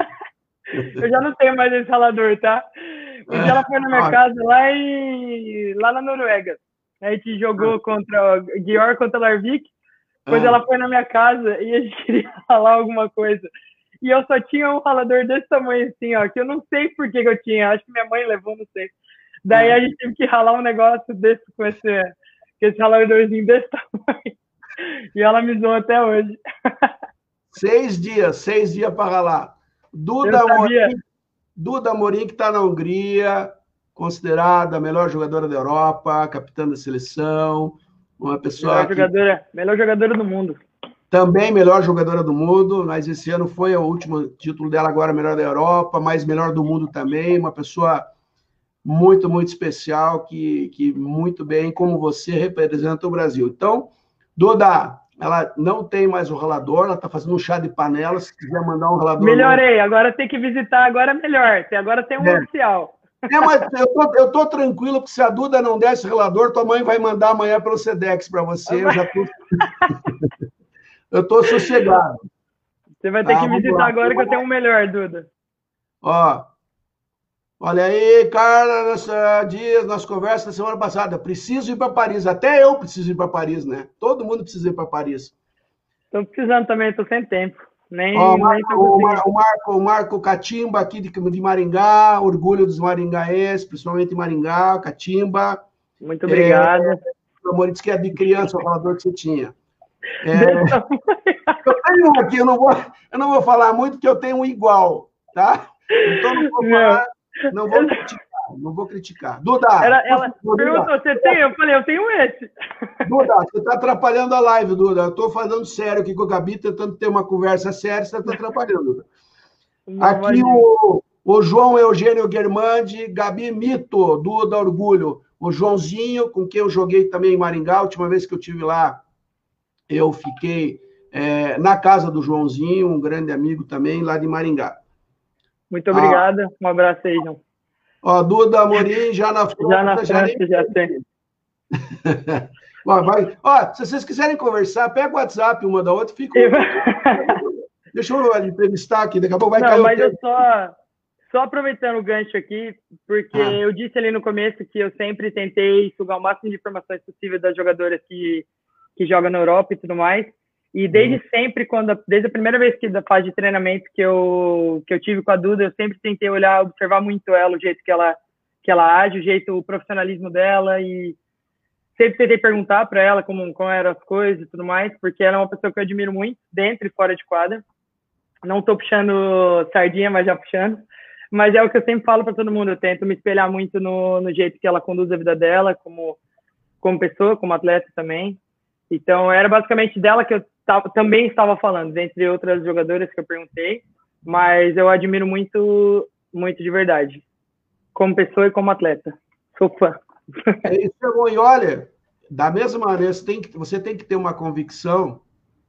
Eu já não tenho mais esse ralador, tá? Um dia ela foi na minha casa lá, em, lá na Noruega. A gente jogou contra o Georg contra Larvik. Depois ela foi na minha casa e a gente queria ralar alguma coisa. E eu só tinha um ralador desse tamanho assim, ó, que eu não sei por que, que eu tinha. Acho que minha mãe levou, não sei. Daí a gente teve que ralar um negócio desse com esse, com esse raladorzinho desse tamanho. E ela me zoou até hoje. Seis dias, seis dias para ralar. Duda Amorim, Duda Amorim, que está na Hungria, considerada a melhor jogadora da Europa, capitã da seleção, uma pessoa melhor jogadora, que... melhor jogadora do mundo. Também melhor jogadora do mundo, mas esse ano foi o último título dela, agora melhor da Europa, mas melhor do mundo também, uma pessoa muito, muito especial, que, que muito bem, como você, representa o Brasil. Então, Duda, ela não tem mais o ralador, ela está fazendo um chá de panela, se quiser mandar um ralador... Melhorei, novo. Agora tem que visitar, agora é melhor, agora tem um é. oficial. É, mas eu tô, eu tô tranquilo, porque se a Duda não der esse ralador, tua mãe vai mandar amanhã pelo Sedex para você, eu já tô... eu tô sossegado. Você vai ter tá, que visitar agora que eu tenho um melhor, Duda. Ó, olha aí, Carla, nossa, Dias, nossa conversa da semana passada. Preciso ir para Paris. Até eu preciso ir para Paris, né? Todo mundo precisa ir para Paris. Estou precisando também, estou sem tempo. Nem, Ó, nem Marco, o, Mar, o, Marco, o Marco Catimba, aqui de, de Maringá, orgulho dos maringaenses, principalmente Maringá, Catimba. Muito obrigado. É, o amor disse que é de criança o falador que você tinha. É, eu tenho um aqui, eu não, vou, eu não vou falar muito, porque eu tenho um igual, tá? Então não vou falar, não vou criticar, não vou criticar. Duda, ela, ela Duda, perguntou, você tem? Eu falei, eu tenho esse. Duda, você está atrapalhando a live, Duda. Eu estou falando sério aqui com a Gabi, tentando ter uma conversa séria, você está atrapalhando, Duda. Aqui o, O João Eugênio Germandi, Gabi Mito, Duda Orgulho. O Joãozinho, com quem eu joguei também em Maringá, a última vez que eu estive lá, eu fiquei é, na casa do Joãozinho, um grande amigo também, lá de Maringá. Muito obrigada, ah, um abraço aí, João. Ó, Duda Amorim, já na França. Já na França, já, nem... já tem. Ó, vai... Ó, se vocês quiserem conversar, pega o WhatsApp uma da outra, fica... Deixa eu entrevistar aqui, daqui a pouco vai Não, cair mas o eu só, só aproveitando o gancho aqui, porque ah. eu disse ali no começo que eu sempre tentei sugar o máximo de informações possível das jogadoras que, que jogam na Europa e tudo mais. E desde uhum. sempre, quando, desde a primeira vez que da fase de treinamento que eu, que eu tive com a Duda, eu sempre tentei olhar, observar muito ela, o jeito que ela, que ela age, o jeito, o profissionalismo dela, e sempre tentei perguntar para ela como, como eram as coisas e tudo mais, porque ela é uma pessoa que eu admiro muito, dentro e fora de quadra. Não estou puxando sardinha, mas já puxando. Mas é o que eu sempre falo para todo mundo, eu tento me espelhar muito no, no jeito que ela conduz a vida dela, como, como pessoa, como atleta também. Então, era basicamente dela que eu tava, também estava falando, dentre outras jogadoras que eu perguntei, mas eu admiro muito, muito de verdade, como pessoa e como atleta. Sou fã. É isso, é bom. E olha, da mesma maneira, você tem, que, você tem que ter uma convicção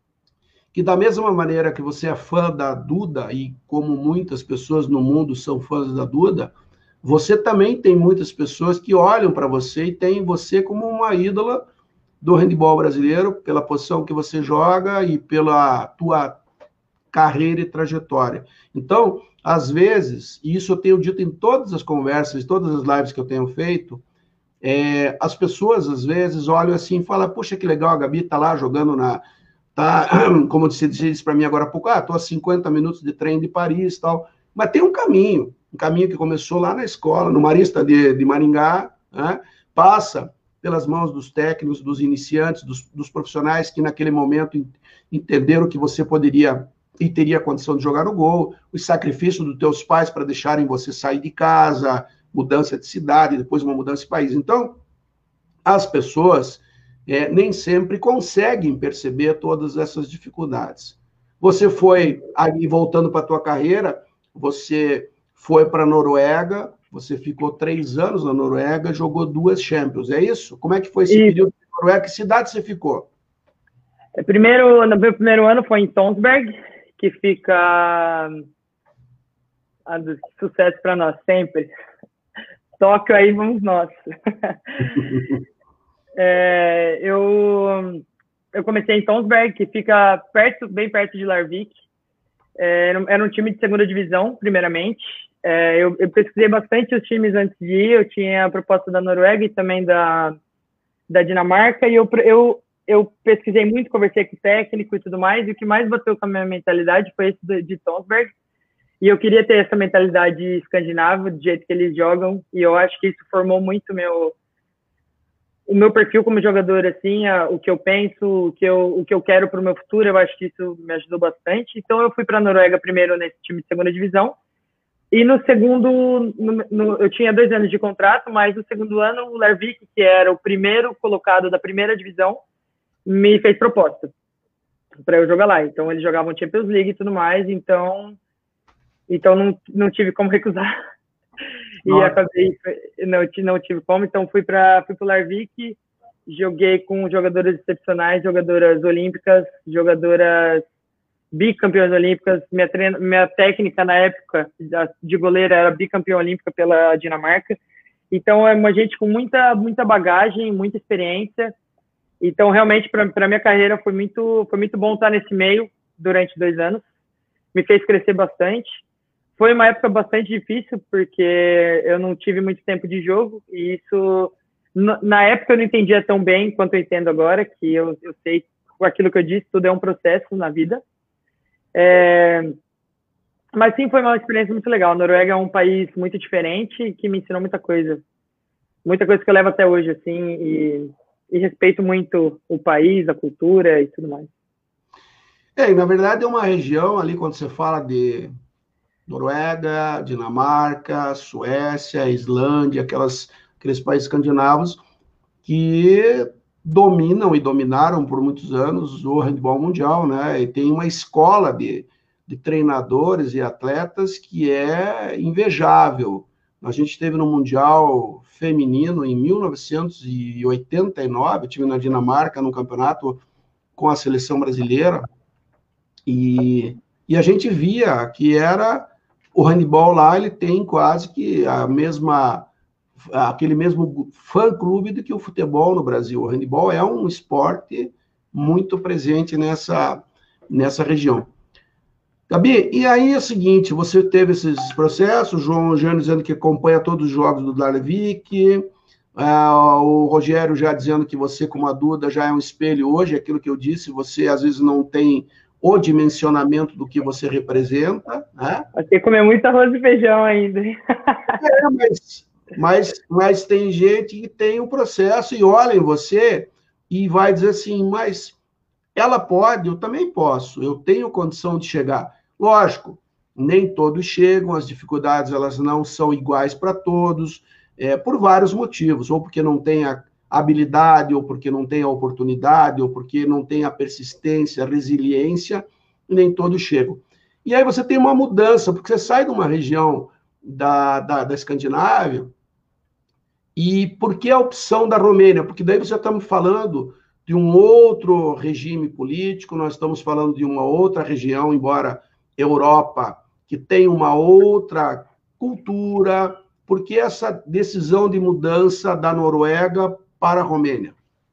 que da mesma maneira que você é fã da Duda, e como muitas pessoas no mundo são fãs da Duda, você também tem muitas pessoas que olham para você e têm você como uma ídola do handebol brasileiro, pela posição que você joga e pela tua carreira e trajetória. Então, às vezes, e isso eu tenho dito em todas as conversas, todas as lives que eu tenho feito, é, as pessoas, às vezes, olham assim e falam, puxa, que legal, a Gabi está lá jogando na... Tá, como você disse para mim agora há pouco, ah, estou a cinquenta minutos de trem de Paris e tal. Mas tem um caminho, um caminho que começou lá na escola, no Marista de, de Maringá, né? Passa pelas mãos dos técnicos, dos iniciantes, dos, dos profissionais que naquele momento entenderam que você poderia e teria condição de jogar no gol, os sacrifícios dos teus pais para deixarem você sair de casa, mudança de cidade, depois uma mudança de país. Então, as pessoas é, nem sempre conseguem perceber todas essas dificuldades. Você foi, aí voltando para a tua carreira, você foi para a Noruega, você ficou três anos na Noruega, jogou duas Champions, é isso? Como é que foi esse isso. período na Noruega? Que cidade você ficou? Primeiro, no meu primeiro ano foi em Tonsberg, que fica... Ah, sucesso para nós, sempre. Tóquio, aí vamos nós. é, eu, eu comecei em Tonsberg, que fica perto, bem perto de Larvik. É, era um time de segunda divisão, primeiramente. É, eu, eu pesquisei bastante os times antes de ir. Eu tinha a proposta da Noruega e também da, da Dinamarca. E eu, eu, eu pesquisei muito, conversei com o técnico e tudo mais. E o que mais bateu com a minha mentalidade foi esse de, de Tonsberg. E eu queria ter essa mentalidade escandinava, do jeito que eles jogam. E eu acho que isso formou muito meu, o meu perfil como jogador, assim, a, o que eu penso, o que eu, o que eu quero para o meu futuro. Eu acho que isso me ajudou bastante. Então, eu fui para a Noruega primeiro nesse time de segunda divisão. E no segundo, no, no, eu tinha dois anos de contrato, mas no segundo ano, o Larvik, que era o primeiro colocado da primeira divisão, me fez proposta para eu jogar lá. Então, eles jogavam Champions League e tudo mais. Então... Então, não, não tive como recusar. E Nossa. acabei, não, não tive como. Então, fui para fui o Larvik, joguei com jogadoras excepcionais, jogadoras olímpicas, jogadoras bicampeãs olímpicas. Minha, treina, minha técnica, na época, de goleira, era bicampeã olímpica pela Dinamarca. Então, é uma gente com muita, muita bagagem, muita experiência. Então, realmente, para a minha carreira, foi muito, foi muito bom estar nesse meio durante dois anos. Me fez crescer bastante. Foi uma época bastante difícil, porque eu não tive muito tempo de jogo, e isso, na época, eu não entendia tão bem quanto eu entendo agora, que eu, eu sei, aquilo que eu disse, tudo é um processo na vida. É, mas sim, foi uma experiência muito legal. A Noruega é um país muito diferente, que me ensinou muita coisa. Muita coisa que eu levo até hoje, assim, e, e respeito muito o país, a cultura e tudo mais. É, e na verdade é uma região ali, quando você fala de Noruega, Dinamarca, Suécia, Islândia, aquelas, aqueles países escandinavos que dominam e dominaram por muitos anos o handebol mundial, né? E tem uma escola de, de treinadores e atletas que é invejável. A gente esteve no Mundial Feminino em mil novecentos e oitenta e nove, eu estive na Dinamarca, num campeonato com a seleção brasileira, e, e a gente via que era o handebol lá, ele tem quase que a mesma, aquele mesmo fã-clube do que o futebol no Brasil. O handebol é um esporte muito presente nessa, nessa região. Gabi, e aí é o seguinte, você teve esses processos, o João Jânio dizendo que acompanha todos os jogos do Darvik, uh, o Rogério já dizendo que você, como a Duda, já é um espelho hoje, aquilo que eu disse, você às vezes não tem o dimensionamento do que você representa, né? Vai ter que comer muito arroz e feijão ainda. É, mas, mas, mas tem gente que tem o processo e olha em você e vai dizer assim, mas ela pode, eu também posso, eu tenho condição de chegar. Lógico, nem todos chegam, as dificuldades elas não são iguais para todos, é, por vários motivos, ou porque não tem a habilidade, ou porque não tem a oportunidade, ou porque não tem a persistência, a resiliência, e nem todos chegam. E aí você tem uma mudança, porque você sai de uma região da, da, da Escandinávia, e por que a opção da Romênia? Porque daí você estamos falando de um outro regime político, nós estamos falando de uma outra região, embora Europa, que tem uma outra cultura. Por que essa decisão de mudança da Noruega para a Romênia?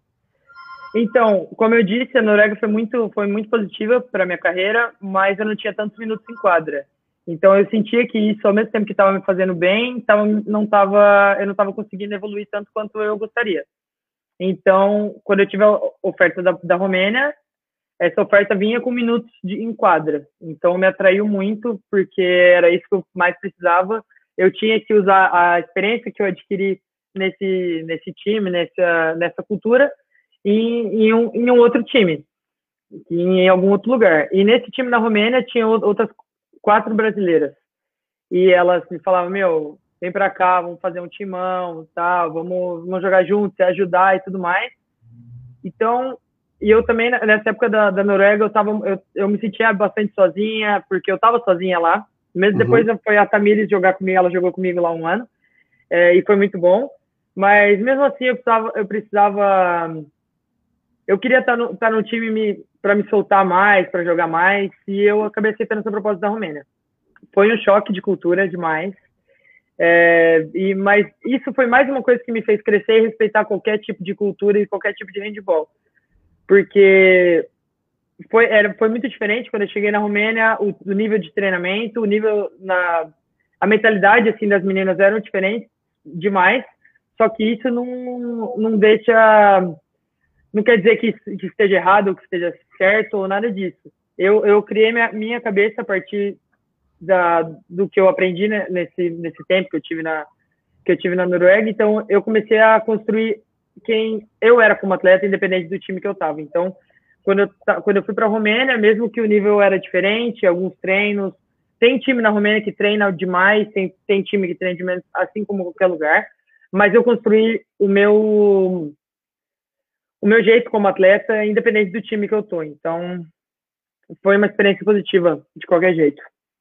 Então, como eu disse, a Noruega foi muito, foi muito positiva para a minha carreira, mas eu não tinha tantos minutos em quadra. Então, eu sentia que isso, ao mesmo tempo que estava me fazendo bem, tava, não tava, eu não estava conseguindo evoluir tanto quanto eu gostaria. Então, quando eu tive a oferta da, da Romênia, essa oferta vinha com minutos de enquadra. Então, me atraiu muito, porque era isso que eu mais precisava. Eu tinha que usar a experiência que eu adquiri nesse, nesse time, nessa, nessa cultura, em, em, um, em um outro time, em algum outro lugar. E nesse time na Romênia, tinha outras quatro brasileiras. E elas me falavam, meu, vem pra cá, vamos fazer um timão, tá? vamos, vamos jogar juntos, se ajudar e tudo mais. Então, e eu também, nessa época da, da Noruega, eu, tava, eu, eu me sentia bastante sozinha, porque eu estava sozinha lá. Mesmo uhum. Depois foi a Tamires jogar comigo, ela jogou comigo lá um ano, é, e foi muito bom. Mas mesmo assim, eu precisava... Eu, precisava, eu queria estar no, estar no time para me soltar mais, para jogar mais, e eu acabei aceitando essa proposta da Romênia. Foi um choque de cultura demais. É, e, mas isso foi mais uma coisa que me fez crescer e respeitar qualquer tipo de cultura e qualquer tipo de handebol. Porque foi, era, foi muito diferente quando eu cheguei na Romênia, o, o nível de treinamento, o nível, na, a mentalidade assim, das meninas eram diferentes demais, só que isso não, não deixa, não quer dizer que, que esteja errado ou que esteja certo ou nada disso. Eu, eu criei minha, minha cabeça a partir da, do que eu aprendi, né, nesse, nesse tempo que eu tive na, que eu tive na Noruega, então eu comecei a construir quem eu era como atleta, independente do time que eu estava. Então, quando eu, quando eu fui para a Romênia, mesmo que o nível era diferente, alguns treinos, tem time na Romênia que treina demais, tem, tem time que treina de menos, assim como qualquer lugar, mas eu construí o meu, o meu jeito como atleta, independente do time que eu tô. Então, foi uma experiência positiva, de qualquer jeito.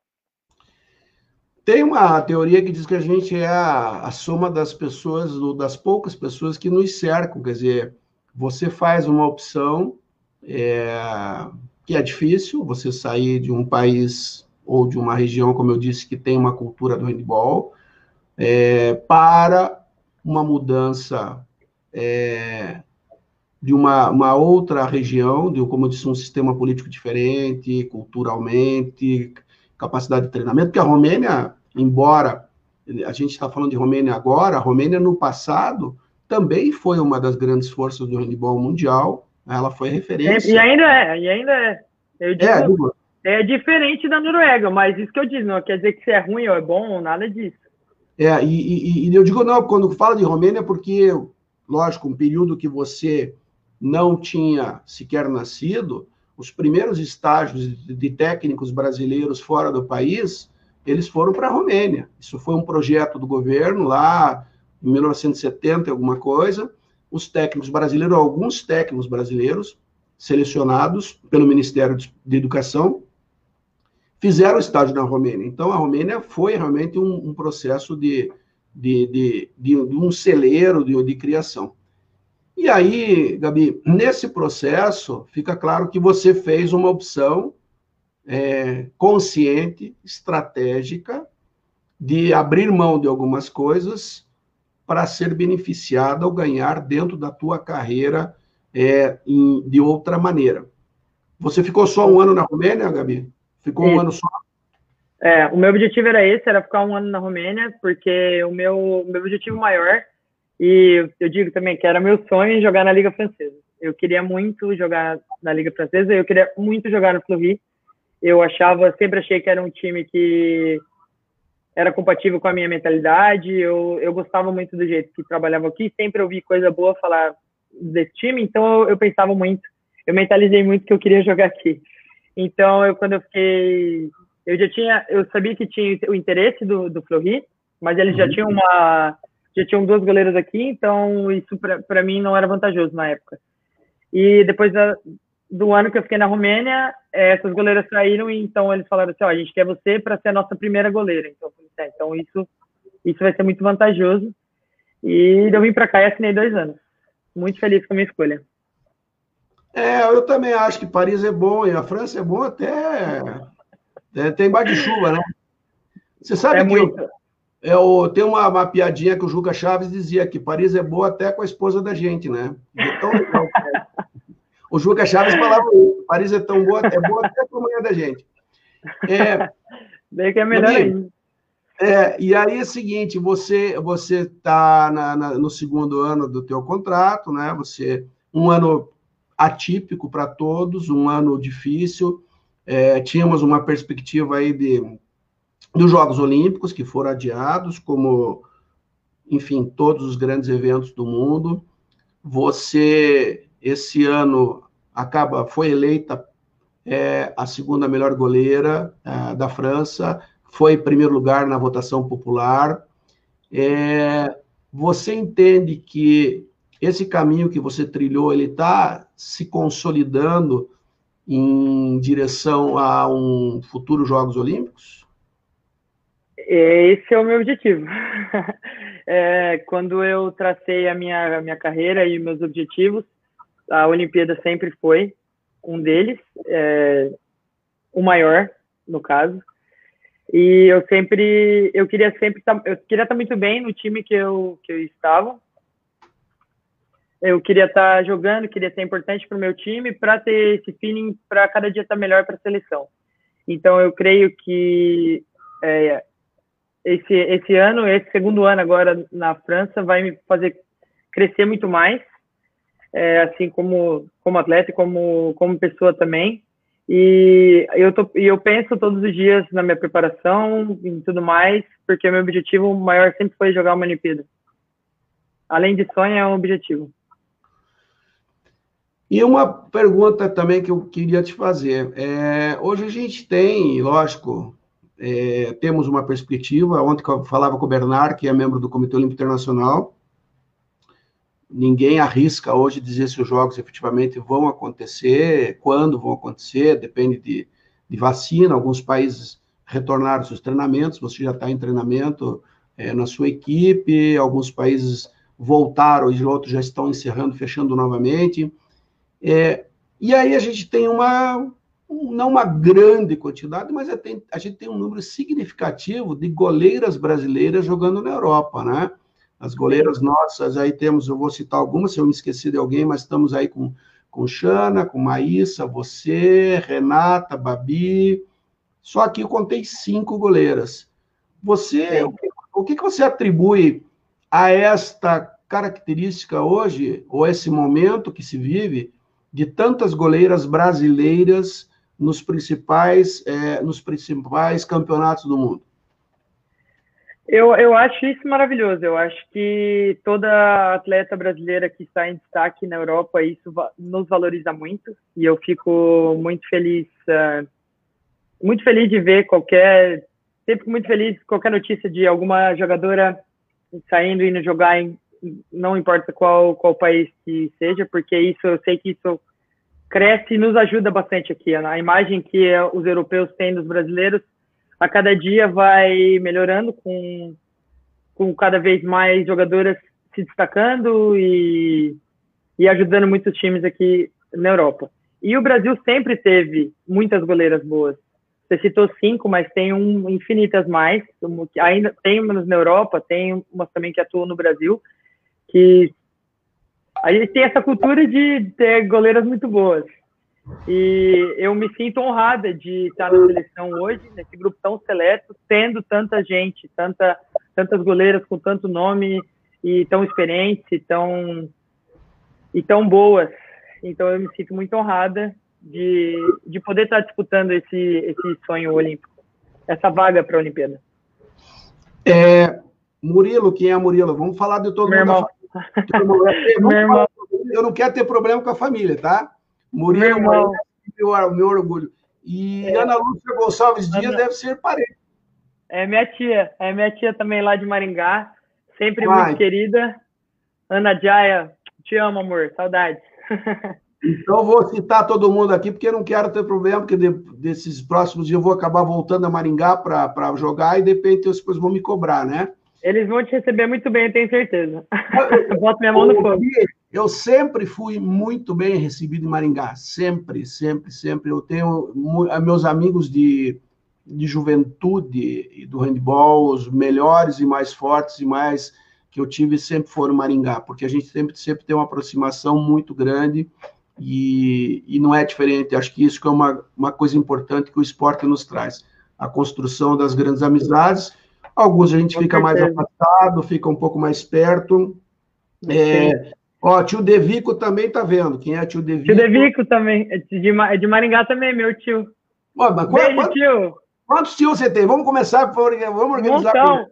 Tem uma teoria que diz que a gente é a, a soma das pessoas, das poucas pessoas que nos cercam. Quer dizer, você faz uma opção é, que é difícil, você sair de um país ou de uma região, como eu disse, que tem uma cultura do handebol, é, para uma mudança é, de uma, uma outra região, de, como eu disse, um sistema político diferente, culturalmente, capacidade de treinamento, porque a Romênia, embora a gente está falando de Romênia agora, a Romênia no passado também foi uma das grandes forças do handebol mundial, ela foi referência. E ainda é, e ainda é. Eu digo, é, digo, é diferente da Noruega, mas isso que eu disse, não quer dizer que se é ruim ou é bom, ou nada disso. É, e, e, e eu digo não, quando falo de Romênia, porque, lógico, um período que você não tinha sequer nascido, os primeiros estágios de técnicos brasileiros fora do país, eles foram para a Romênia. Isso foi um projeto do governo lá em mil novecentos e setenta, alguma coisa. Os técnicos brasileiros, alguns técnicos brasileiros, selecionados pelo Ministério de Educação, fizeram estágio na Romênia. Então, a Romênia foi realmente um, um processo de, de, de, de, de um celeiro de, de criação. E aí, Gabi, nesse processo, fica claro que você fez uma opção é, consciente, estratégica, de abrir mão de algumas coisas para ser beneficiada ou ganhar dentro da tua carreira é, em, de outra maneira. Você ficou só um ano na Romênia, Gabi? Ficou um Isso. ano só? É, o meu objetivo era esse, era ficar um ano na Romênia, porque o meu, meu objetivo maior, e eu digo também que era meu sonho jogar na Liga Francesa. Eu queria muito jogar na Liga Francesa, eu queria muito jogar no Fleury. Eu achava, sempre achei que era um time que era compatível com a minha mentalidade, eu, eu gostava muito do jeito que trabalhava aqui, sempre ouvi coisa boa falar desse time, então eu, eu pensava muito, eu mentalizei muito que eu queria jogar aqui. Então, eu, quando eu fiquei, eu já tinha, eu sabia que tinha o interesse do, do Fleury, mas eles já tinham uma, já tinham duas goleiras aqui, então isso para mim não era vantajoso na época. E depois da, do ano que eu fiquei na Romênia, essas goleiras saíram, e então eles falaram assim, ó, a gente quer você para ser a nossa primeira goleira. Então, é, então isso, isso vai ser muito vantajoso. E eu vim para cá e assinei dois anos. Muito feliz com a minha escolha. É, eu também acho que Paris é bom, e a França é bom até... É, tem bar de chuva, né? Você sabe é que muito... eu, eu, tem uma, uma piadinha que o Juca Chaves dizia que Paris é boa até com a esposa da gente, né? É tão legal que é. O Juca Chaves falava isso, Paris é tão boa, é boa até com a mulher da gente. É, Bem que é melhor ainda. É, e aí é o seguinte, você você está no segundo ano do teu contrato, né? Você um ano atípico para todos, um ano difícil. É, tínhamos uma perspectiva aí de dos Jogos Olímpicos que foram adiados, como, enfim, todos os grandes eventos do mundo. Você esse ano acaba foi eleita é, a segunda melhor goleira é, da França. Foi em primeiro lugar na votação popular. É, você entende que esse caminho que você trilhou, ele está se consolidando em direção a um futuro Jogos Olímpicos? Esse é o meu objetivo. É, quando eu tracei a minha, a minha carreira e meus objetivos, a Olimpíada sempre foi um deles, é, o maior, no caso. E eu sempre, eu queria sempre, eu queria estar muito bem no time que eu, que eu estava. Eu queria estar jogando, queria ser importante para o meu time, para ter esse feeling, para cada dia estar melhor para a seleção. Então, eu creio que é, esse, esse ano, esse segundo ano agora na França, vai me fazer crescer muito mais, é, assim como, como atleta e como, como pessoa também. E eu, tô, eu penso todos os dias na minha preparação e tudo mais, porque meu objetivo maior sempre foi jogar uma Olimpíada. Além de sonho, é um objetivo. E uma pergunta também que eu queria te fazer. É, hoje a gente tem, lógico, é, temos uma perspectiva. Ontem que eu falava com o Bernard, que é membro do Comitê Olímpico Internacional, ninguém arrisca hoje dizer se os jogos efetivamente vão acontecer, quando vão acontecer, depende de, de vacina. Alguns países retornaram seus treinamentos, você já está em treinamento é, na sua equipe, alguns países voltaram e outros já estão encerrando, fechando novamente. É, e aí a gente tem uma, não uma grande quantidade, mas a, tem, a gente tem um número significativo de goleiras brasileiras jogando na Europa, né? As goleiras nossas, aí temos, eu vou citar algumas, se eu me esqueci de alguém, mas estamos aí com, com Xana, com Maíssa, você, Renata, Babi, só que eu contei cinco goleiras. Você, o que, o que você atribui a esta característica hoje, ou esse momento que se vive, de tantas goleiras brasileiras nos principais, é, nos principais campeonatos do mundo? Eu, eu acho isso maravilhoso. Eu acho que toda atleta brasileira que está em destaque na Europa, isso nos valoriza muito. E eu fico muito feliz, uh, muito feliz de ver qualquer, sempre muito feliz qualquer notícia de alguma jogadora saindo e indo jogar em, não importa qual, qual país que seja, porque isso, eu sei que isso cresce e nos ajuda bastante aqui. A imagem que os europeus têm dos brasileiros, a cada dia vai melhorando, com, com cada vez mais jogadoras se destacando e, e ajudando muitos times aqui na Europa. E o Brasil sempre teve muitas goleiras boas. Você citou cinco, mas tem um, infinitas mais. Ainda tem umas na Europa, tem umas também que atuam no Brasil, que a gente tem essa cultura de ter goleiras muito boas. E eu me sinto honrada de estar na seleção hoje, nesse grupo tão seleto, tendo tanta gente, tanta, tantas goleiras com tanto nome e tão experientes e tão, e tão boas. Então eu me sinto muito honrada de, de poder estar disputando esse, esse sonho olímpico, essa vaga para a Olimpíada. É, Murilo, quem é Murilo? Vamos falar de todo Meu mundo. Irmão. Meu irmão. Eu não quero ter problema com a família, tá? Murilo, meu, irmão. meu, meu orgulho. E é. Ana Lúcia Gonçalves Dias Ana... deve ser parente. É minha tia, é minha tia também lá de Maringá, sempre Ai. muito querida. Ana Jaya, te amo, amor, saudades. Então, vou citar todo mundo aqui, porque eu não quero ter problema, porque de, desses próximos dias eu vou acabar voltando a Maringá para jogar e, de repente, as coisas vão me cobrar, né? Eles vão te receber muito bem, eu tenho certeza. Eu boto minha mão no fogo. Eu sempre fui muito bem recebido em Maringá. Sempre, sempre, sempre. Eu tenho meus amigos de, de juventude e do handball, os melhores e mais fortes e mais que eu tive sempre foram em Maringá, porque a gente sempre, sempre tem uma aproximação muito grande e, e não é diferente. Acho que isso que é uma, uma coisa importante que o esporte nos traz. A construção das grandes amizades. Alguns a gente fica mais afastado, fica um pouco mais perto. É, ó, tio Devico também tá vendo. Quem é tio Devico? Tio Devico também. É de, de Maringá também, meu tio. Ó, mas Beijo, quantos, tio. Quantos tios você tem? Vamos começar, por, vamos organizar. Então,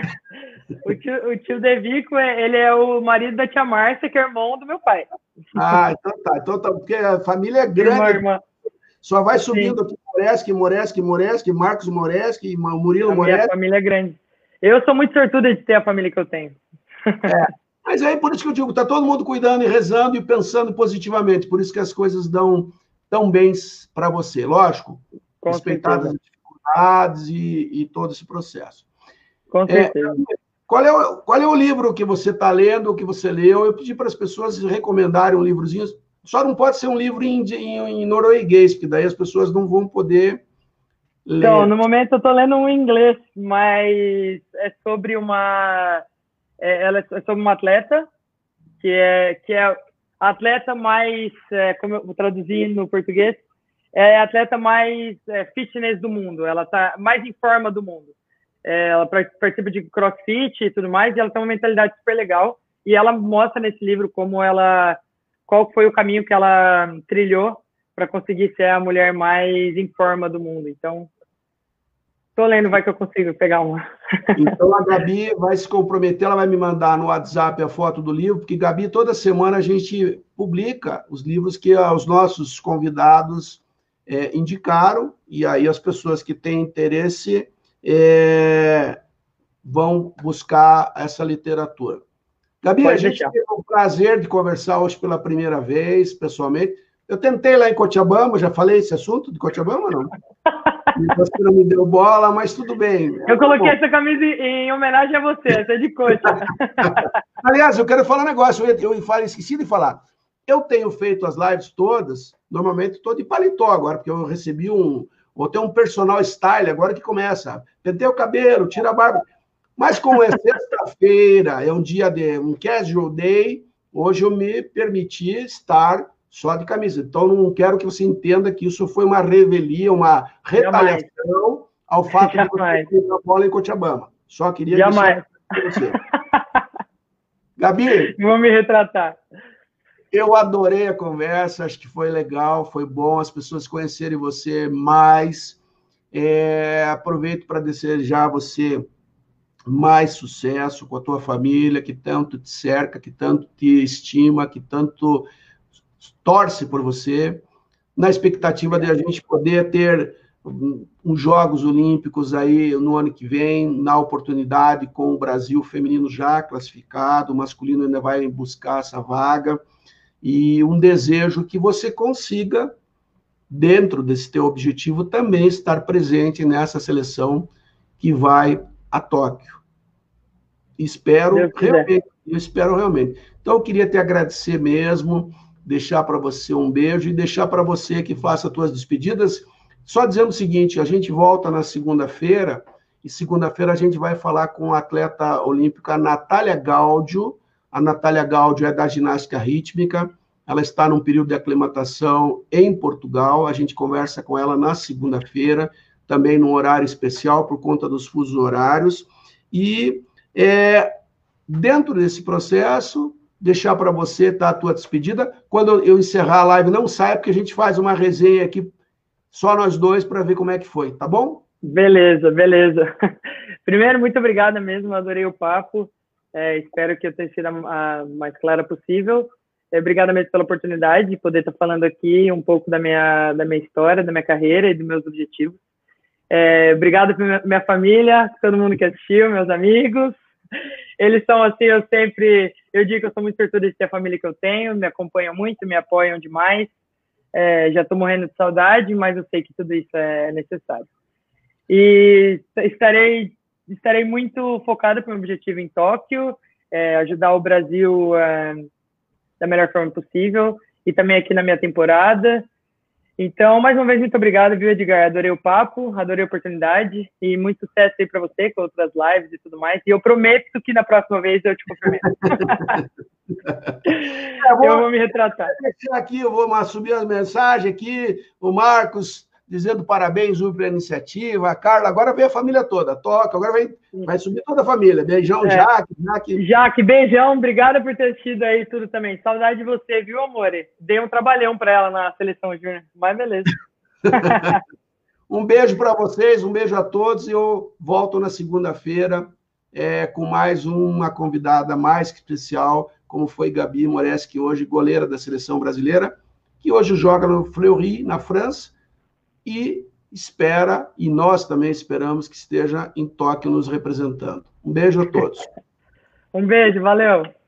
o tio, o tio Devico, ele é o marido da tia Márcia, que é irmão do meu pai. Ah, então tá. Então tá, porque a família é grande. Irmã, irmã. Só vai subindo aqui, Moresque, Moresque, Moresque, Marcos Moresque, Murilo a Moresque. A família é grande. Eu sou muito sortuda de ter a família que eu tenho. É, mas aí, por isso que eu digo, tá todo mundo cuidando e rezando e pensando positivamente, por isso que as coisas dão tão bem para você, lógico, Com respeitadas certeza. as dificuldades e, e todo esse processo. Com certeza. É, qual, é o, qual é o livro que você está lendo, o que você leu? Eu pedi para as pessoas recomendarem um livrozinho. Só não pode ser um livro em, em, em norueguês, porque daí as pessoas não vão poder ler. Então, no momento eu estou lendo um em inglês, mas é sobre uma... É, ela é sobre uma atleta, que é, que é a atleta mais... É, como eu vou traduzir no português, é a atleta mais é, fitness do mundo. Ela está mais em forma do mundo. É, ela participa de crossfit e tudo mais, e ela tem uma mentalidade super legal. E ela mostra nesse livro como ela... qual foi o caminho que ela trilhou para conseguir ser a mulher mais em forma do mundo. Então, estou lendo, vai que eu consigo pegar uma. Então, a Gabi vai se comprometer, ela vai me mandar no WhatsApp a foto do livro, porque, Gabi, toda semana a gente publica os livros que os nossos convidados é, indicaram, e aí as pessoas que têm interesse é, vão buscar essa literatura. Gabi, Pode a gente deixar. Teve o prazer de conversar hoje pela primeira vez, pessoalmente. Eu tentei lá em Cochabamba, já falei esse assunto de Cochabamba, não? Você não me deu bola, mas tudo bem. Eu coloquei essa camisa em homenagem a você, essa é de coxa. Aliás, eu quero falar um negócio, eu, eu esqueci de falar. Eu tenho feito as lives todas, normalmente estou de paletó agora, porque eu recebi um... Vou ter um personal style agora que começa. Pentei o cabelo, tira a barba... Mas como é sexta-feira, é um dia de um casual day, hoje eu me permiti estar só de camisa. Então, não quero que você entenda que isso foi uma revelia, uma retaliação Jamais. ao fato Jamais. de você ter a bola em Cochabamba. Só queria Jamais. deixar você. Gabi, vou me retratar. Eu adorei a conversa, acho que foi legal, foi bom as pessoas conhecerem você mais. É, aproveito para desejar a você mais sucesso com a tua família, que tanto te cerca, que tanto te estima, que tanto torce por você, na expectativa de a gente poder ter uns Jogos Olímpicos aí no ano que vem, na oportunidade com o Brasil feminino já classificado, o masculino ainda vai buscar essa vaga, e um desejo que você consiga, dentro desse teu objetivo, também estar presente nessa seleção que vai a Tóquio. Espero realmente, eu espero realmente. Então, eu queria te agradecer mesmo, deixar para você um beijo e deixar para você que faça as tuas despedidas. Só dizendo o seguinte, a gente volta na segunda-feira, e segunda-feira a gente vai falar com a atleta olímpica Natália Gaudio. A Natália Gaudio é da ginástica rítmica, ela está num período de aclimatação em Portugal, a gente conversa com ela na segunda-feira, também num horário especial por conta dos fusos horários, e é, dentro desse processo, deixar para você, tá, a tua despedida. Quando eu encerrar a live, não saia, porque a gente faz uma resenha aqui, só nós dois, para ver como é que foi, tá bom? Beleza, beleza. Primeiro, muito obrigada mesmo, adorei o papo. É, espero que eu tenha sido a, a mais clara possível. É, obrigada mesmo pela oportunidade de poder estar falando aqui um pouco da minha, da minha história, da minha carreira e dos meus objetivos. É, obrigado pela minha família, todo mundo que assistiu, meus amigos. Eles são assim, eu sempre, eu digo que eu sou muito sortudo de ter a família que eu tenho, me acompanham muito, me apoiam demais. É, já estou morrendo de saudade, mas eu sei que tudo isso é necessário. E estarei, estarei muito focado para o meu objetivo em Tóquio, é, ajudar o Brasil é, da melhor forma possível, e também aqui na minha temporada. Então, mais uma vez, muito obrigado, viu, Edgar? Adorei o papo, adorei a oportunidade, e muito sucesso aí para você, com outras lives e tudo mais. E eu prometo que na próxima vez eu te cumprimento. É, vou, eu vou me retratar. Aqui, eu vou subir as mensagens aqui, o Marcos dizendo parabéns pela iniciativa, a Carla, agora vem a família toda, toca, agora vai, vai subir toda a família. Beijão, é. Jaque, Jaque. Jaque, beijão, obrigada por ter assistido aí tudo também. Saudade de você, viu, amor? Dei um trabalhão para ela na seleção júnior, mas beleza. Um beijo para vocês, um beijo a todos, e eu volto na segunda-feira é, com mais uma convidada mais que especial, como foi Gabi Moreski, hoje goleira da seleção brasileira, que hoje joga no Fleury, na França, e espera, e nós também esperamos que esteja em Tóquio nos representando. Um beijo a todos. Um beijo, valeu.